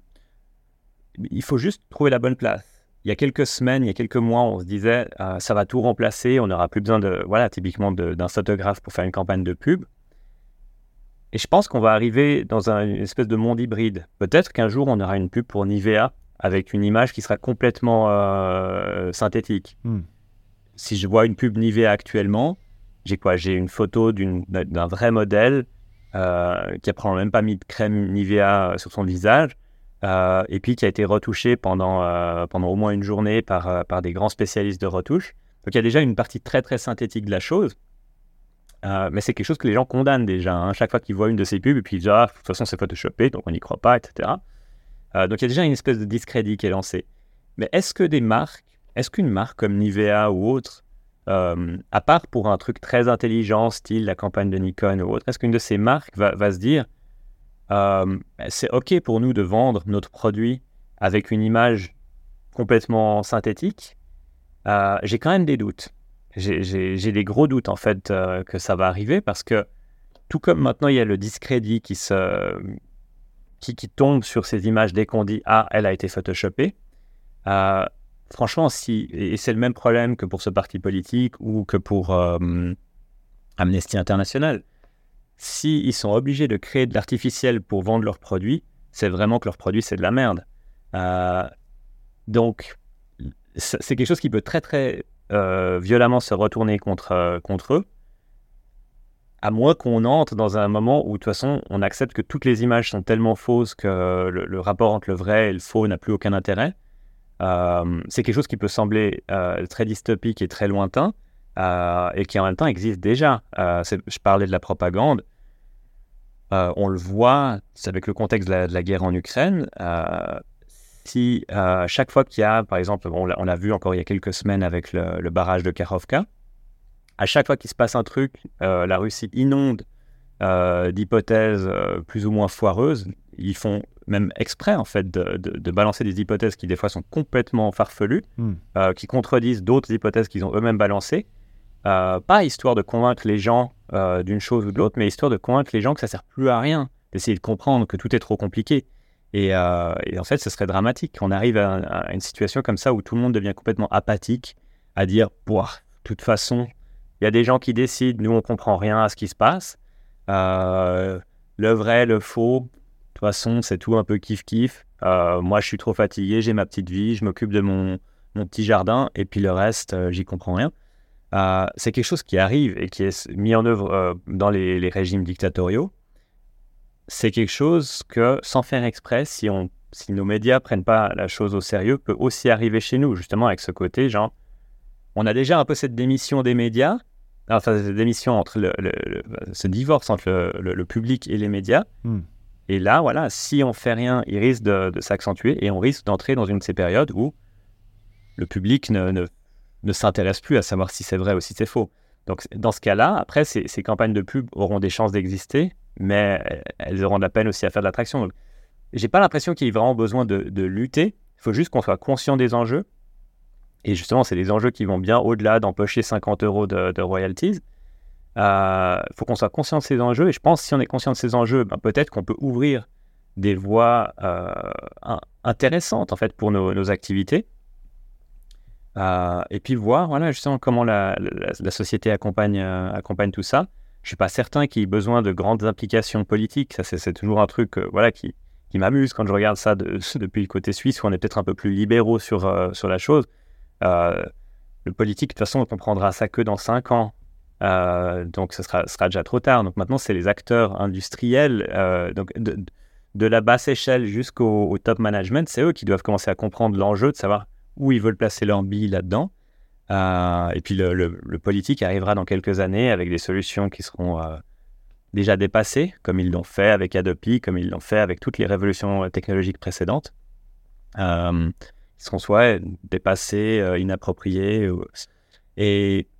il faut juste trouver la bonne place. Il y a quelques semaines, il y a quelques mois, on se disait euh, ça va tout remplacer, on n'aura plus besoin de, voilà, typiquement de, d'un photographe pour faire une campagne de pub. Et je pense qu'on va arriver dans un, une espèce de monde hybride. Peut-être qu'un jour on aura une pub pour Nivea avec une image qui sera complètement euh, synthétique. Mm. Si je vois une pub Nivea actuellement, j'ai quoi ? J'ai une photo d'une, d'un vrai modèle euh, qui n'a probablement même pas mis de crème Nivea sur son visage euh, et puis qui a été retouché pendant, euh, pendant au moins une journée par, euh, par des grands spécialistes de retouche. Donc il y a déjà une partie très très synthétique de la chose, euh, mais c'est quelque chose que les gens condamnent déjà. Hein, chaque fois qu'ils voient une de ces pubs et puis ils disent « ah, de toute façon c'est photoshopé, donc on n'y croit pas, et cetera » Euh, donc il y a déjà une espèce de discrédit qui est lancé. Mais est-ce que des marques Est-ce qu'une marque comme Nivea ou autre, euh, à part pour un truc très intelligent, style la campagne de Nikon ou autre, est-ce qu'une de ces marques va, va se dire euh, c'est OK pour nous de vendre notre produit avec une image complètement synthétique ? euh, J'ai quand même des doutes. J'ai, j'ai, j'ai des gros doutes en fait euh, que ça va arriver parce que tout comme maintenant il y a le discrédit qui, se, qui, qui tombe sur ces images dès qu'on dit « ah, elle a été photoshopée euh, », franchement, si, et c'est le même problème que pour ce parti politique ou que pour euh, Amnesty International, s'ils sont obligés de créer de l'artificiel pour vendre leurs produits, c'est vraiment que leur produit, c'est de la merde. Euh, donc, c'est quelque chose qui peut très, très euh, violemment se retourner contre, euh, contre eux, à moins qu'on entre dans un moment où, de toute façon, on accepte que toutes les images sont tellement fausses que le, le rapport entre le vrai et le faux n'a plus aucun intérêt. Euh, c'est quelque chose qui peut sembler euh, très dystopique et très lointain, euh, et qui en même temps existe déjà. Euh, c'est, je parlais de la propagande. Euh, on le voit, c'est avec le contexte de la, de la guerre en Ukraine. Euh, si euh, chaque fois qu'il y a, par exemple, on l'a, on l'a vu encore il y a quelques semaines avec le, le barrage de Kakhovka, à chaque fois qu'il se passe un truc, euh, la Russie inonde euh, d'hypothèses euh, plus ou moins foireuses. Ils font même exprès, en fait, de, de, de balancer des hypothèses qui, des fois, sont complètement farfelues, Mm. euh, qui contredisent d'autres hypothèses qu'ils ont eux-mêmes balancées. Euh, pas histoire de convaincre les gens euh, d'une chose ou de l'autre, mais histoire de convaincre les gens que ça ne sert plus à rien, d'essayer de comprendre que tout est trop compliqué. Et, euh, et en fait, ce serait dramatique qu'on arrive à, à une situation comme ça où tout le monde devient complètement apathique, à dire, boah, de toute façon, il y a des gens qui décident, nous, on ne comprend rien à ce qui se passe. Euh, le vrai, le faux, de toute façon, c'est tout un peu kiff-kiff. Euh, moi, je suis trop fatigué, j'ai ma petite vie, je m'occupe de mon, mon petit jardin, et puis le reste, euh, j'y comprends rien. Euh, c'est quelque chose qui arrive et qui est mis en œuvre euh, dans les, les régimes dictatoriaux. C'est quelque chose que, sans faire exprès, si, on, si nos médias ne prennent pas la chose au sérieux, peut aussi arriver chez nous, justement avec ce côté, genre, on a déjà un peu cette démission des médias, enfin, cette démission entre le, le, le ce divorce entre le, le, le public et les médias. Mm. Et là, voilà, si on ne fait rien, il risque de, de s'accentuer et on risque d'entrer dans une de ces périodes où le public ne, ne ne s'intéresse plus à savoir si c'est vrai ou si c'est faux. Donc, dans ce cas-là, après, ces, ces campagnes de pub auront des chances d'exister, mais elles auront de la peine aussi à faire de l'attraction. Donc, j'ai pas l'impression qu'il y ait vraiment besoin de, de lutter. Il faut juste qu'on soit conscient des enjeux. Et justement, c'est des enjeux qui vont bien au-delà d'empocher cinquante euros de, de royalties. Il euh, faut qu'on soit conscient de ces enjeux. Et je pense que si on est conscient de ces enjeux, ben, peut-être qu'on peut ouvrir des voies euh, intéressantes en fait, pour nos, nos activités. Euh, et puis voir voilà, justement comment la, la, la société accompagne, euh, accompagne tout ça. Je ne suis pas certain qu'il y ait besoin de grandes implications politiques. Ça, c'est, c'est toujours un truc euh, voilà, qui, qui m'amuse quand je regarde ça de, depuis le côté suisse, où on est peut-être un peu plus libéraux sur, euh, sur la chose. Euh, le politique, de toute façon, on comprendra ça que dans cinq ans. Euh, donc, ce sera, sera déjà trop tard. Donc, maintenant, c'est les acteurs industriels, euh, donc de, de la basse échelle jusqu'au au top management, c'est eux qui doivent commencer à comprendre l'enjeu, de savoir où ils veulent placer leur bille là-dedans. Euh, et puis le, le, le politique arrivera dans quelques années avec des solutions qui seront euh, déjà dépassées, comme ils l'ont fait avec Adopi, comme ils l'ont fait avec toutes les révolutions technologiques précédentes. Euh, ils seront soit dépassés, euh, inappropriés. Ou... Et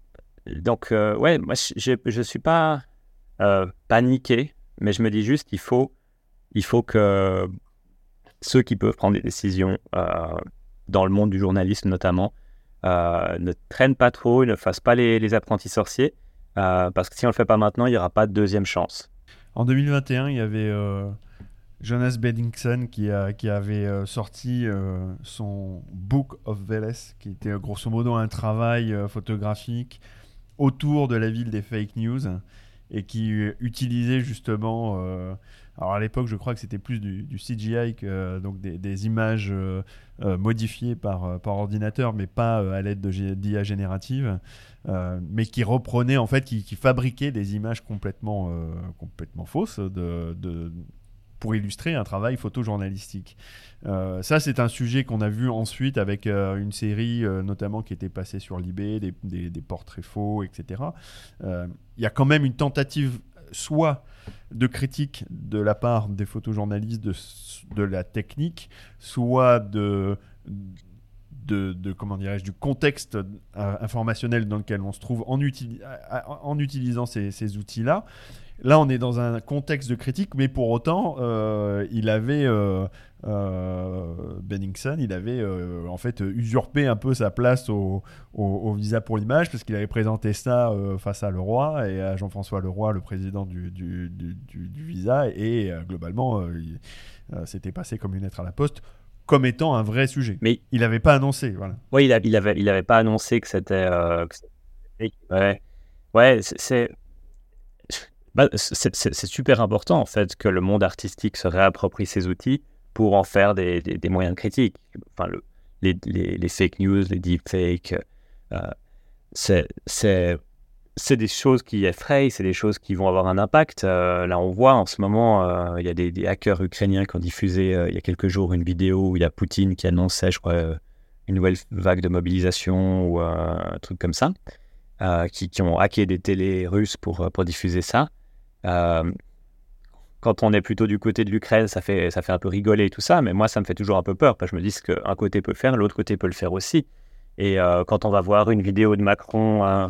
donc, euh, ouais, moi, je ne suis pas euh, paniqué, mais je me dis juste qu'il faut, il faut que ceux qui peuvent prendre des décisions euh, dans le monde du journalisme notamment, euh, ne traînent pas trop, ne fassent pas les, les apprentis sorciers, euh, parce que si on ne le fait pas maintenant, il n'y aura pas de deuxième chance. En deux mille vingt et un, il y avait euh, Jonas Benningson qui, a, qui avait euh, sorti euh, son Book of Veles, qui était euh, grosso modo un travail euh, photographique autour de la ville des fake news, et qui euh, utilisait justement... Euh, alors à l'époque, je crois que c'était plus du, du C G I, que, euh, donc des, des images euh, euh, modifiées par, euh, par ordinateur, mais pas euh, à l'aide de d'I A générative, euh, mais qui reprenait en fait, qui, qui fabriquait des images complètement, euh, complètement fausses de, de, pour illustrer un travail photojournalistique. Euh, ça, c'est un sujet qu'on a vu ensuite avec euh, une série euh, notamment qui était passée sur Libé, des, des, des portraits faux, et cetera. Il euh, y a quand même une tentative soit de critique de la part des photojournalistes de, de la technique, soit de, de, de comment dirais-je, du contexte euh, informationnel dans lequel on se trouve en, util, en utilisant ces, ces outils-là. Là, on est dans un contexte de critique, mais pour autant, euh, il avait euh, euh, Benningson, il avait euh, en fait usurpé un peu sa place au, au, au Visa pour l'image, parce qu'il avait présenté ça euh, face à Leroy et à Jean-François Leroy, le président du, du, du, du, du Visa, et euh, globalement, euh, il, euh, c'était passé comme une lettre à la poste, comme étant un vrai sujet. Mais il n'avait pas annoncé, voilà. Oui, il, a, il avait, il avait pas annoncé que c'était. Euh, que c'était... Ouais, ouais, c'est. c'est... Bah, c'est, c'est, c'est super important en fait que le monde artistique se réapproprie ces outils pour en faire des, des, des moyens critiques. Enfin, le, les, les, les fake news, les deepfakes, euh, c'est, c'est c'est des choses qui effrayent, c'est des choses qui vont avoir un impact. Euh, là, on voit en ce moment, euh, il y a des, des hackers ukrainiens qui ont diffusé euh, il y a quelques jours une vidéo où il y a Poutine qui annonçait, je crois, euh, une nouvelle vague de mobilisation ou euh, un truc comme ça, euh, qui, qui ont hacké des télés russes pour, pour diffuser ça. Euh, quand on est plutôt du côté de l'Ukraine, ça fait, ça fait un peu rigoler tout ça, mais moi, ça me fait toujours un peu peur, parce que je me dis ce qu'un côté peut faire, l'autre côté peut le faire aussi. Et euh, quand on va voir une vidéo de Macron... Euh,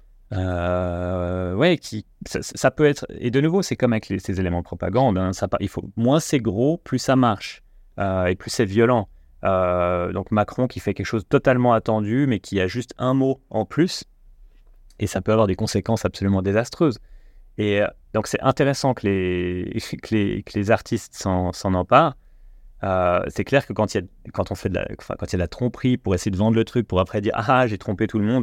Euh, ouais, qui, ça, ça peut être... Et de nouveau, c'est comme avec les, ces éléments de propagande. Hein, ça, il faut, moins c'est gros, plus ça marche. Euh, et plus c'est violent. Euh, donc Macron qui fait quelque chose de totalement attendu, mais qui a juste un mot en plus. Et ça peut avoir des conséquences absolument désastreuses. Et euh, donc c'est intéressant que les, que les, que les artistes s'en, s'en emparent. Euh, c'est clair que quand il y a, quand on fait de la, enfin, quand il y a de la tromperie pour essayer de vendre le truc, pour après dire « Ah, j'ai trompé tout le monde »,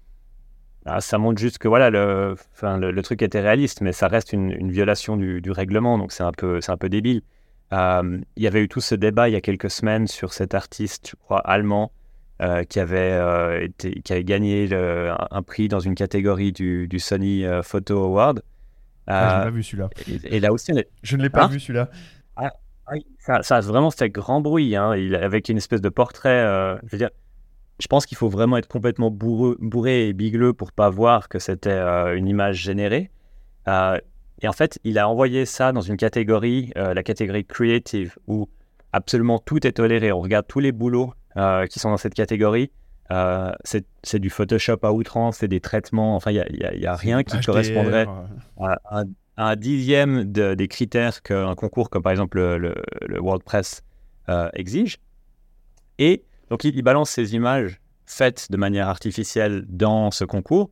ah, ça montre juste que voilà, le, enfin, le, le truc était réaliste, mais ça reste une, une violation du, du règlement, donc c'est un peu, c'est un peu débile. Euh, il y avait eu tout ce débat il y a quelques semaines sur cet artiste, je crois, allemand, euh, qui, avait, euh, été, qui avait gagné le, un, un prix dans une catégorie du, du Sony euh, Photo Award. Euh, ah, je n'ai pas vu celui-là. Et, et là aussi, on est... Je ne l'ai pas hein vu celui-là. Ah, ça, ça a vraiment fait grand bruit, hein, il, avec une espèce de portrait, euh, je veux dire, je pense qu'il faut vraiment être complètement bourreux, bourré et bigleux pour pas voir que c'était euh, une image générée. Euh, et en fait, il a envoyé ça dans une catégorie, euh, la catégorie creative, où absolument tout est toléré. On regarde tous les boulots euh, qui sont dans cette catégorie. Euh, c'est, c'est du Photoshop à outrance, c'est des traitements. Enfin, il n'y a, y a, y a rien qui H D R correspondrait à, à, à un dixième de, des critères qu'un concours comme par exemple le, le, le WordPress euh, exige. Et donc, il, il balance ces images faites de manière artificielle dans ce concours,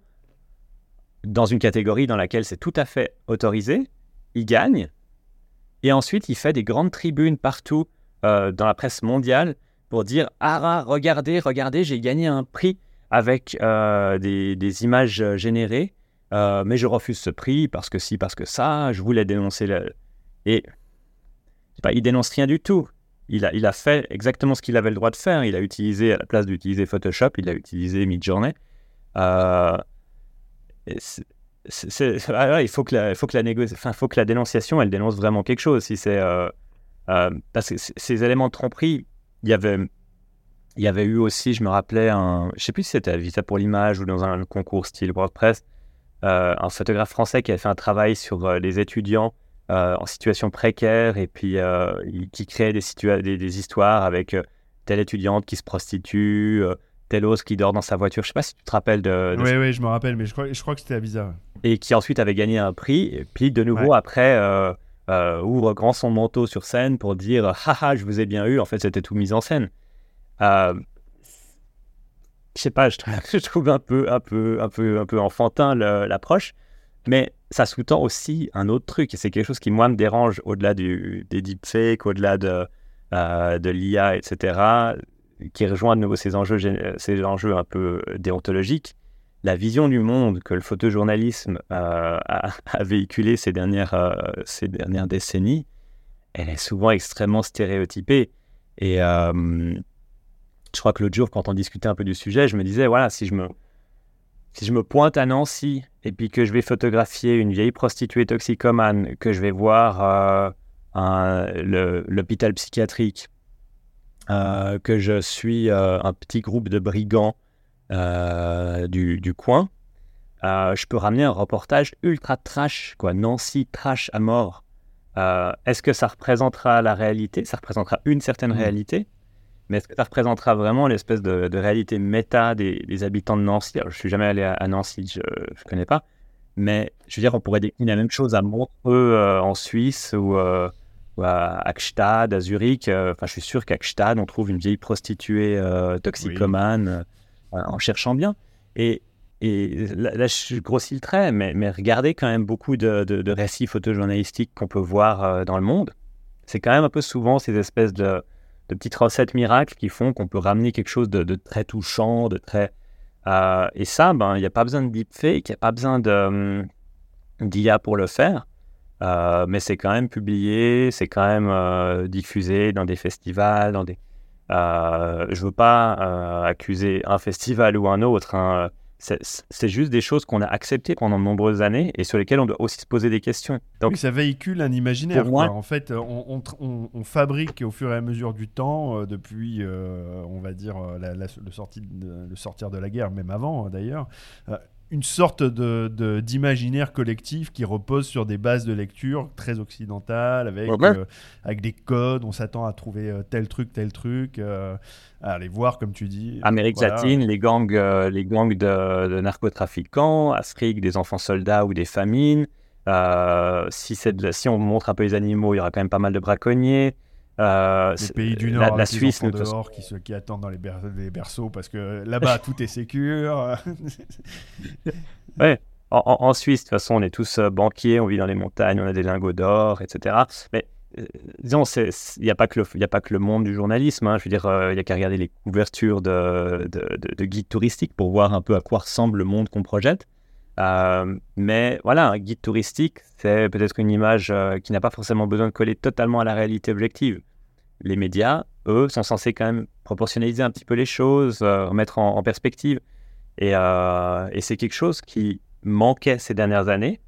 dans une catégorie dans laquelle c'est tout à fait autorisé. Il gagne. Et ensuite, il fait des grandes tribunes partout euh, dans la presse mondiale pour dire « Ah, regardez, regardez, j'ai gagné un prix avec euh, des, des images générées, euh, mais je refuse ce prix parce que si, parce que ça, je voulais dénoncer... Le... » Et pas, il dénonce rien du tout. Il a, il a fait exactement ce qu'il avait le droit de faire. Il a utilisé, à la place d'utiliser Photoshop, il a utilisé Midjourney. Euh, c'est, c'est, c'est, ah, il faut que la, il faut que la négo- enfin, faut que la dénonciation, elle dénonce vraiment quelque chose. Si c'est, euh, euh, parce que ces éléments de tromperie, il y avait, il y avait eu aussi, je me rappelais, un, je ne sais plus si c'était à Vita pour l'image ou dans un concours style WordPress, euh, un photographe français qui avait fait un travail sur euh, les étudiants Euh, en situation précaire et puis euh, qui crée des, situa- des, des histoires avec euh, telle étudiante qui se prostitue, euh, tel autre qui dort dans sa voiture. Je ne sais pas si tu te rappelles de... de oui, ce... oui, je me rappelle, mais je crois, je crois que c'était à Visa. Et qui ensuite avait gagné un prix. Et puis de nouveau, ouais. après, euh, euh, ouvre grand son manteau sur scène pour dire « Haha, je vous ai bien eu ». En fait, c'était tout mis en scène. Euh, je sais pas, je trouve, je trouve un peu, un peu, un peu, un peu enfantin le, l'approche. Mais ça sous-tend aussi un autre truc, et c'est quelque chose qui, moi, me dérange au-delà du, des deepfakes, au-delà de, euh, de l'I A, et cetera, qui rejoint de nouveau ces enjeux, ces enjeux un peu déontologiques. La vision du monde que le photojournalisme euh, a, a véhiculé ces dernières, euh, ces dernières décennies, elle est souvent extrêmement stéréotypée. Et euh, je crois que l'autre jour, quand on discutait un peu du sujet, je me disais, voilà, si je me... Si je me pointe à Nancy et puis que je vais photographier une vieille prostituée toxicomane, que je vais voir euh, un, le, l'hôpital psychiatrique, euh, que je suis euh, un petit groupe de brigands euh, du, du coin, euh, je peux ramener un reportage ultra trash, quoi, Nancy trash à mort. Euh, est-ce que ça représentera la réalité ? Ça représentera une certaine mmh. réalité. Mais est-ce que ça représentera vraiment l'espèce de, de réalité méta des, des habitants de Nancy ? Alors, je ne suis jamais allé à, à Nancy, je ne connais pas. Mais je veux dire, on pourrait décliner la même chose à Montreux euh, en Suisse ou, euh, ou à Gstaad, à Zurich. Enfin, euh, je suis sûr qu'à Gstaad, on trouve une vieille prostituée euh, toxicomane oui. euh, en cherchant bien. Et, et là, là, je grossis le trait, mais, mais regardez quand même beaucoup de, de, de récits photojournalistiques qu'on peut voir euh, dans le monde. C'est quand même un peu souvent ces espèces de... de petites recettes miracles qui font qu'on peut ramener quelque chose de, de très touchant, de très... Euh, et ça, ben, il n'y a pas besoin de deepfake, il n'y a pas besoin de, um, d'I A pour le faire, euh, mais c'est quand même publié, c'est quand même euh, diffusé dans des festivals, dans des... Euh, je ne veux pas euh, accuser un festival ou un autre, hein. c'est, c'est juste des choses qu'on a acceptées pendant de nombreuses années et sur lesquelles on doit aussi se poser des questions. Donc, oui, ça véhicule un imaginaire. Pour moi, quoi. En fait, on, on, on, on fabrique au fur et à mesure du temps, euh, depuis, euh, on va dire, la, la, le, sorti de, le sortir de la guerre, même avant d'ailleurs, euh, une sorte de, de, d'imaginaire collectif qui repose sur des bases de lecture très occidentales, avec, ouais. euh, avec des codes, on s'attend à trouver euh, tel truc, tel truc, euh, à aller voir, comme tu dis. Amérique voilà. latine, les gangs, euh, les gangs de, de narcotrafiquants, Afrique, des enfants soldats ou des famines. Euh, si, c'est, si on montre un peu les animaux, il y aura quand même pas mal de braconniers. Euh, les pays du Nord, la, la Suisse, les dehors, qui, qui attendent dans les, ber- les berceaux parce que là-bas tout est sécure. Ouais, en, en, en Suisse, de toute façon, on est tous euh, banquiers, on vit dans les montagnes, on a des lingots d'or, et cetera. Mais euh, disons, il n'y a pas que le, il y a pas que le monde du journalisme. Hein. Je veux dire, il euh, n'y a qu'à regarder les couvertures de, de, de, de guides touristiques pour voir un peu à quoi ressemble le monde qu'on projette. Euh, mais voilà, un guide touristique, c'est peut-être une image euh, qui n'a pas forcément besoin de coller totalement à la réalité objective. Les médias, eux, sont censés quand même proportionnaliser un petit peu les choses, euh, remettre en, en perspective. Et, euh, et c'est quelque chose qui manquait ces dernières années.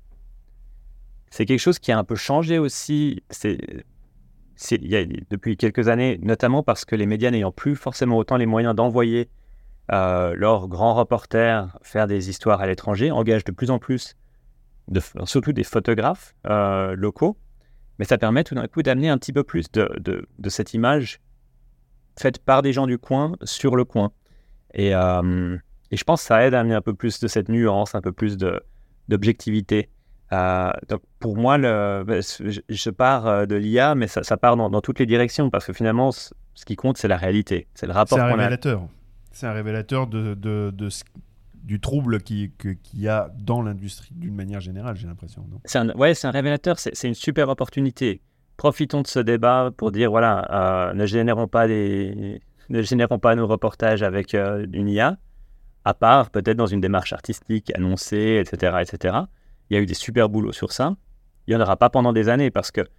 C'est quelque chose qui a un peu changé aussi c'est, c'est, il y a, depuis quelques années, notamment parce que les médias n'ayant plus forcément autant les moyens d'envoyer Euh, leurs grands reporters faire des histoires à l'étranger, engagent de plus en plus, de, surtout des photographes euh, locaux, mais ça permet tout d'un coup d'amener un petit peu plus de, de, de cette image faite par des gens du coin sur le coin. Et, euh, et je pense que ça aide à amener un peu plus de cette nuance, un peu plus de, d'objectivité. Euh, donc pour moi, le, je, je pars de l'I A, mais ça, ça part dans, dans toutes les directions, parce que finalement, ce qui compte, c'est la réalité. C'est le rapport c'est un qu'on révélateur. a. C'est un révélateur de, de, de, de, du trouble qu'il que, qui y a dans l'industrie d'une manière générale, j'ai l'impression. Non c'est un, ouais, c'est un révélateur, c'est, c'est une super opportunité. Profitons de ce débat pour dire, voilà, euh, ne, générons pas des, ne générons pas nos reportages avec euh, une I A, à part peut-être dans une démarche artistique annoncée, et cetera, et cetera. Il y a eu des super boulots sur ça. Il n'y en aura pas pendant des années parce que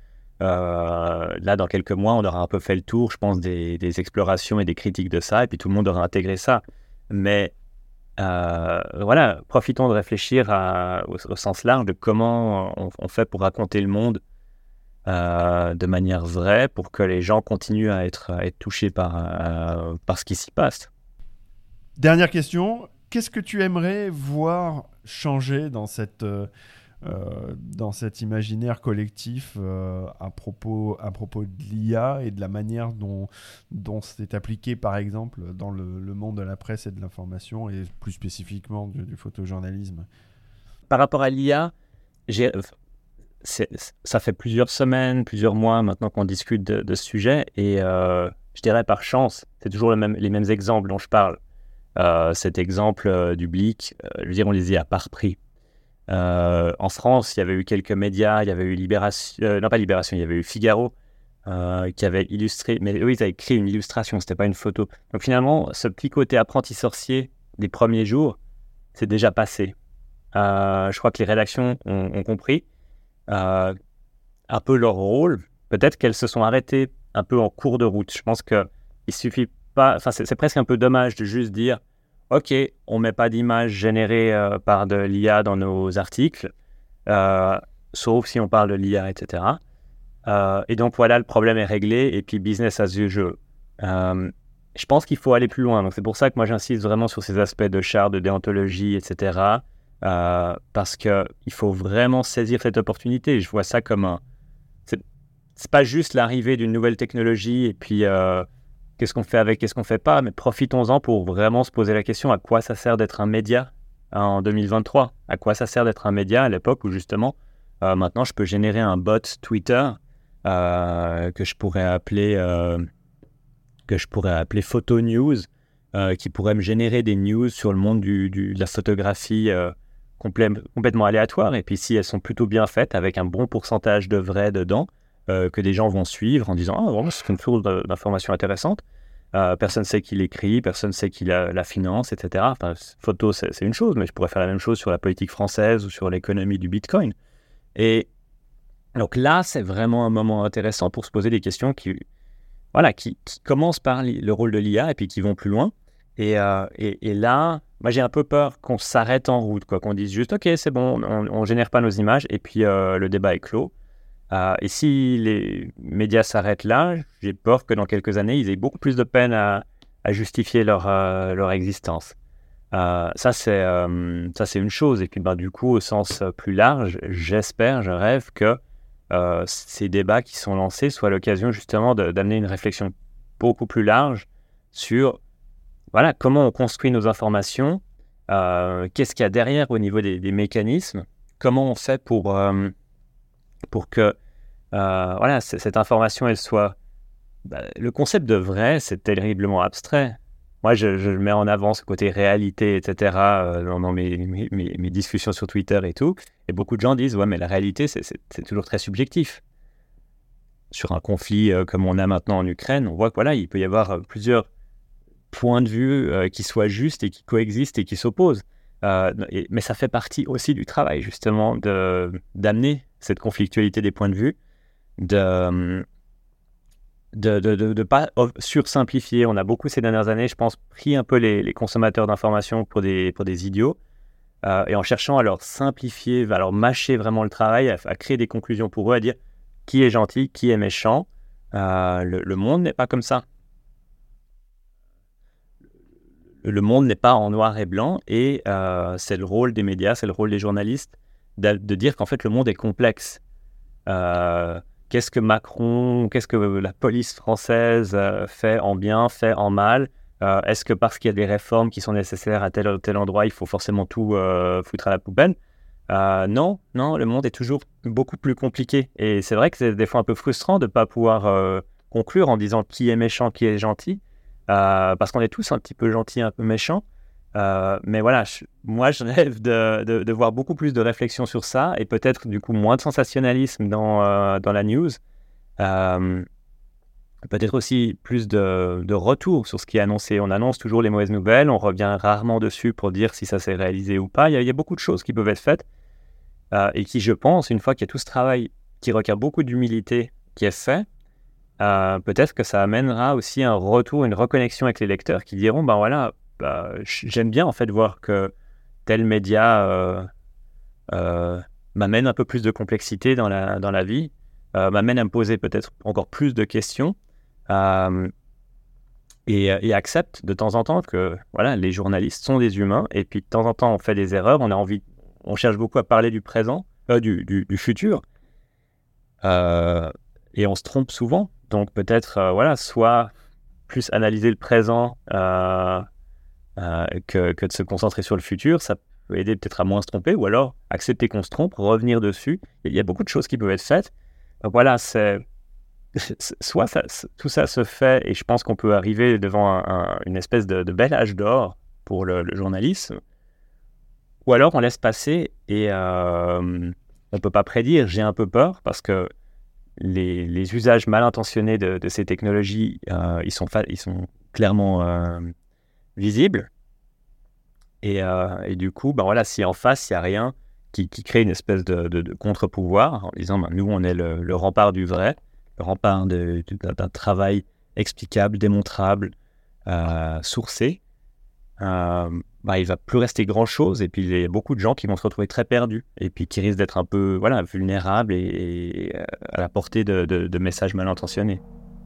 euh, là, dans quelques mois, on aura un peu fait le tour, je pense, des, des explorations et des critiques de ça, et puis tout le monde aura intégré ça. Mais euh, voilà, profitons de réfléchir à, au, au sens large de comment on, on fait pour raconter le monde euh, de manière vraie, pour que les gens continuent à être, à être touchés par, euh, par ce qui s'y passe. Dernière question, qu'est-ce que tu aimerais voir changer dans cette... Euh... Euh, dans cet imaginaire collectif euh, à, propos, à propos de l'I A et de la manière dont, dont c'est appliqué, par exemple, dans le, le monde de la presse et de l'information, et plus spécifiquement du, du photojournalisme. Par rapport à l'I A, j'ai, c'est, ça fait plusieurs semaines, plusieurs mois maintenant qu'on discute de, de ce sujet, et euh, je dirais par chance, c'est toujours le même, les mêmes exemples dont je parle. Euh, cet exemple euh, du Blick, euh, je veux dire, on les a par prix. Euh, en France, il y avait eu quelques médias, il y avait eu Libération, euh, non pas Libération, il y avait eu Figaro euh, qui avait illustré, mais eux ils avaient créé une illustration, c'était pas une photo. Donc finalement, ce petit côté apprenti sorcier des premiers jours, c'est déjà passé. Euh, je crois que les rédactions ont, ont compris euh, un peu leur rôle. Peut-être qu'elles se sont arrêtées un peu en cours de route. Je pense que il suffit pas, enfin c'est, c'est presque un peu dommage de juste dire. Ok, on ne met pas d'images générées euh, par de l'I A dans nos articles, euh, sauf si on parle de l'I A, et cetera. Euh, et donc voilà, le problème est réglé, et puis business as usual. Euh, je pense qu'il faut aller plus loin. Donc c'est pour ça que moi j'insiste vraiment sur ces aspects de charte, de déontologie, et cetera. Euh, parce qu'il faut vraiment saisir cette opportunité. Je vois ça comme un... C'est, c'est pas juste l'arrivée d'une nouvelle technologie, et puis... Euh, qu'est-ce qu'on fait avec, qu'est-ce qu'on fait pas, mais profitons-en pour vraiment se poser la question à quoi ça sert d'être un média en deux mille vingt-trois, à quoi ça sert d'être un média à l'époque où justement euh, maintenant je peux générer un bot Twitter euh, que je pourrais appeler euh, que je pourrais appeler Photo News, euh, qui pourrait me générer des news sur le monde du, du, de la photographie euh, complè- complètement aléatoire, et puis si elles sont plutôt bien faites avec un bon pourcentage de vrai dedans, Euh, que des gens vont suivre en disant « Ah, vraiment, c'est une source d'information intéressante. Euh, personne ne sait qui l'écrit, personne ne sait qui la, la finance, et cetera » Enfin, photo, c'est, c'est une chose, mais je pourrais faire la même chose sur la politique française ou sur l'économie du Bitcoin. Et donc là, c'est vraiment un moment intéressant pour se poser des questions qui, voilà, qui, qui commencent par le rôle de l'I A et puis qui vont plus loin. Et, euh, et, et là, moi j'ai un peu peur qu'on s'arrête en route, quoi, qu'on dise juste ok c'est bon, on ne génère pas nos images et puis euh, le débat est clos. Euh, et si les médias s'arrêtent là, j'ai peur que dans quelques années, ils aient beaucoup plus de peine à, à justifier leur, euh, leur existence. Euh, ça, c'est, euh, ça, c'est une chose. Et puis, bah, du coup, au sens plus large, j'espère, je rêve que euh, ces débats qui sont lancés soient l'occasion justement de, d'amener une réflexion beaucoup plus large sur voilà, comment on construit nos informations, euh, qu'est-ce qu'il y a derrière au niveau des, des mécanismes, comment on fait pour... Euh, pour que euh, voilà, c- cette information, elle soit... Bah, le concept de vrai, c'est terriblement abstrait. Moi, je, je mets en avant ce côté réalité, et cetera, euh, dans, dans mes, mes, mes discussions sur Twitter et tout. Et beaucoup de gens disent, ouais, mais la réalité, c'est, c'est, c'est toujours très subjectif. Sur un conflit euh, comme on a maintenant en Ukraine, on voit que voilà, il peut y avoir euh, plusieurs points de vue euh, qui soient justes et qui coexistent et qui s'opposent. Euh, et, mais ça fait partie aussi du travail, justement, de, d'amener cette conflictualité des points de vue, de de de, de, de pas sursimplifier. On a beaucoup ces dernières années, je pense, pris un peu les, les consommateurs d'informations pour des, pour des idiots, euh, et en cherchant à leur simplifier, à leur mâcher vraiment le travail, à, à créer des conclusions pour eux, à dire qui est gentil, qui est méchant. Euh, le, le monde n'est pas comme ça. Le monde n'est pas en noir et blanc, et euh, c'est le rôle des médias, c'est le rôle des journalistes de, de dire qu'en fait le monde est complexe. Euh, qu'est-ce que Macron, qu'est-ce que la police française euh, fait en bien, fait en mal? euh, Est-ce que parce qu'il y a des réformes qui sont nécessaires à tel ou tel endroit, il faut forcément tout euh, foutre à la poubelle? euh, Non, non, le monde est toujours beaucoup plus compliqué. Et c'est vrai que c'est des fois un peu frustrant de ne pas pouvoir euh, conclure en disant qui est méchant, qui est gentil, euh, parce qu'on est tous un petit peu gentils, un peu méchants. Euh, mais voilà, je, moi je rêve de, de, de voir beaucoup plus de réflexion sur ça et peut-être du coup moins de sensationnalisme dans, euh, dans la news. Euh, peut-être aussi plus de, de retour sur ce qui est annoncé. On annonce toujours les mauvaises nouvelles, on revient rarement dessus pour dire si ça s'est réalisé ou pas. Il y a, il y a beaucoup de choses qui peuvent être faites euh, et qui, je pense, une fois qu'il y a tout ce travail qui requiert beaucoup d'humilité qui est fait, euh, peut-être que ça amènera aussi un retour, une reconnexion avec les lecteurs qui diront, ben voilà, bah, j'aime bien en fait voir que tel média euh, euh, m'amène un peu plus de complexité dans la, dans la vie, euh, m'amène à me poser peut-être encore plus de questions, euh, et, et accepte de temps en temps que voilà, les journalistes sont des humains et puis de temps en temps on fait des erreurs, on a envie, on cherche beaucoup à parler du présent, euh, du, du, du futur, euh, et on se trompe souvent. Donc peut-être euh, voilà, soit plus analyser le présent euh, Euh, que, que de se concentrer sur le futur, ça peut aider peut-être à moins se tromper, ou alors accepter qu'on se trompe, revenir dessus. Il y a beaucoup de choses qui peuvent être faites. Donc voilà, c'est, soit ça, tout ça se fait, et je pense qu'on peut arriver devant un, un, une espèce de, de bel âge d'or pour le, le journalisme, ou alors on laisse passer et euh, on ne peut pas prédire. J'ai un peu peur parce que les, les usages mal intentionnés de, de ces technologies, euh, ils, sont fa- ils sont clairement... Euh, visible, et, euh, et du coup ben voilà, si en face il n'y a rien qui, qui crée une espèce de, de, de contre-pouvoir en disant ben, nous on est le, le rempart du vrai, le rempart de, de, d'un travail explicable, démontrable, euh, sourcé, euh, ben, il ne va plus rester grand chose, et puis il y a beaucoup de gens qui vont se retrouver très perdus et puis qui risquent d'être un peu voilà, vulnérables et, et à la portée de, de, de messages mal intentionnés.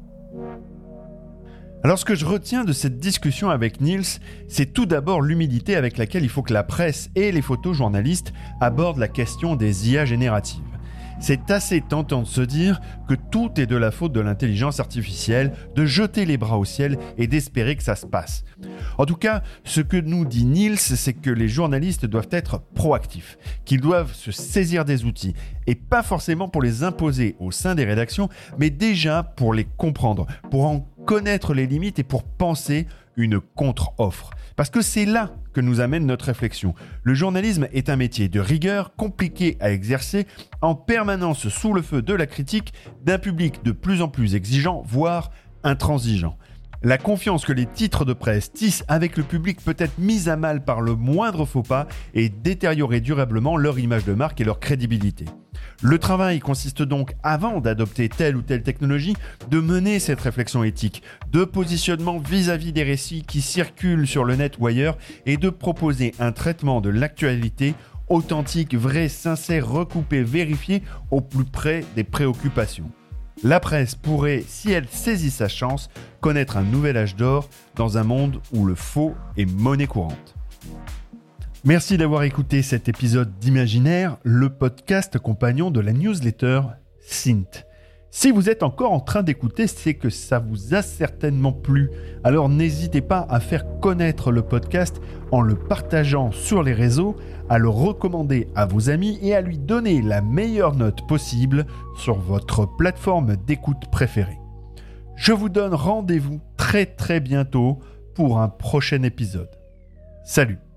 Alors ce que je retiens de cette discussion avec Niels, c'est tout d'abord l'humilité avec laquelle il faut que la presse et les photojournalistes abordent la question des I A génératives. C'est assez tentant de se dire que tout est de la faute de l'intelligence artificielle, de jeter les bras au ciel et d'espérer que ça se passe. En tout cas, ce que nous dit Niels, c'est que les journalistes doivent être proactifs, qu'ils doivent se saisir des outils, et pas forcément pour les imposer au sein des rédactions, mais déjà pour les comprendre, pour en connaître les limites et pour penser une contre-offre. Parce que c'est là que nous amène notre réflexion. Le journalisme est un métier de rigueur, compliqué à exercer, en permanence sous le feu de la critique d'un public de plus en plus exigeant, voire intransigeant. La confiance que les titres de presse tissent avec le public peut être mise à mal par le moindre faux pas et détériorer durablement leur image de marque et leur crédibilité. Le travail consiste donc, avant d'adopter telle ou telle technologie, de mener cette réflexion éthique, de positionnement vis-à-vis des récits qui circulent sur le net ou ailleurs et de proposer un traitement de l'actualité authentique, vrai, sincère, recoupé, vérifié au plus près des préoccupations. La presse pourrait, si elle saisit sa chance, connaître un nouvel âge d'or dans un monde où le faux est monnaie courante. Merci d'avoir écouté cet épisode d'Imaginaire, le podcast compagnon de la newsletter Synth. Si vous êtes encore en train d'écouter, c'est que ça vous a certainement plu. Alors n'hésitez pas à faire connaître le podcast en le partageant sur les réseaux, à le recommander à vos amis et à lui donner la meilleure note possible sur votre plateforme d'écoute préférée. Je vous donne rendez-vous très très bientôt pour un prochain épisode. Salut!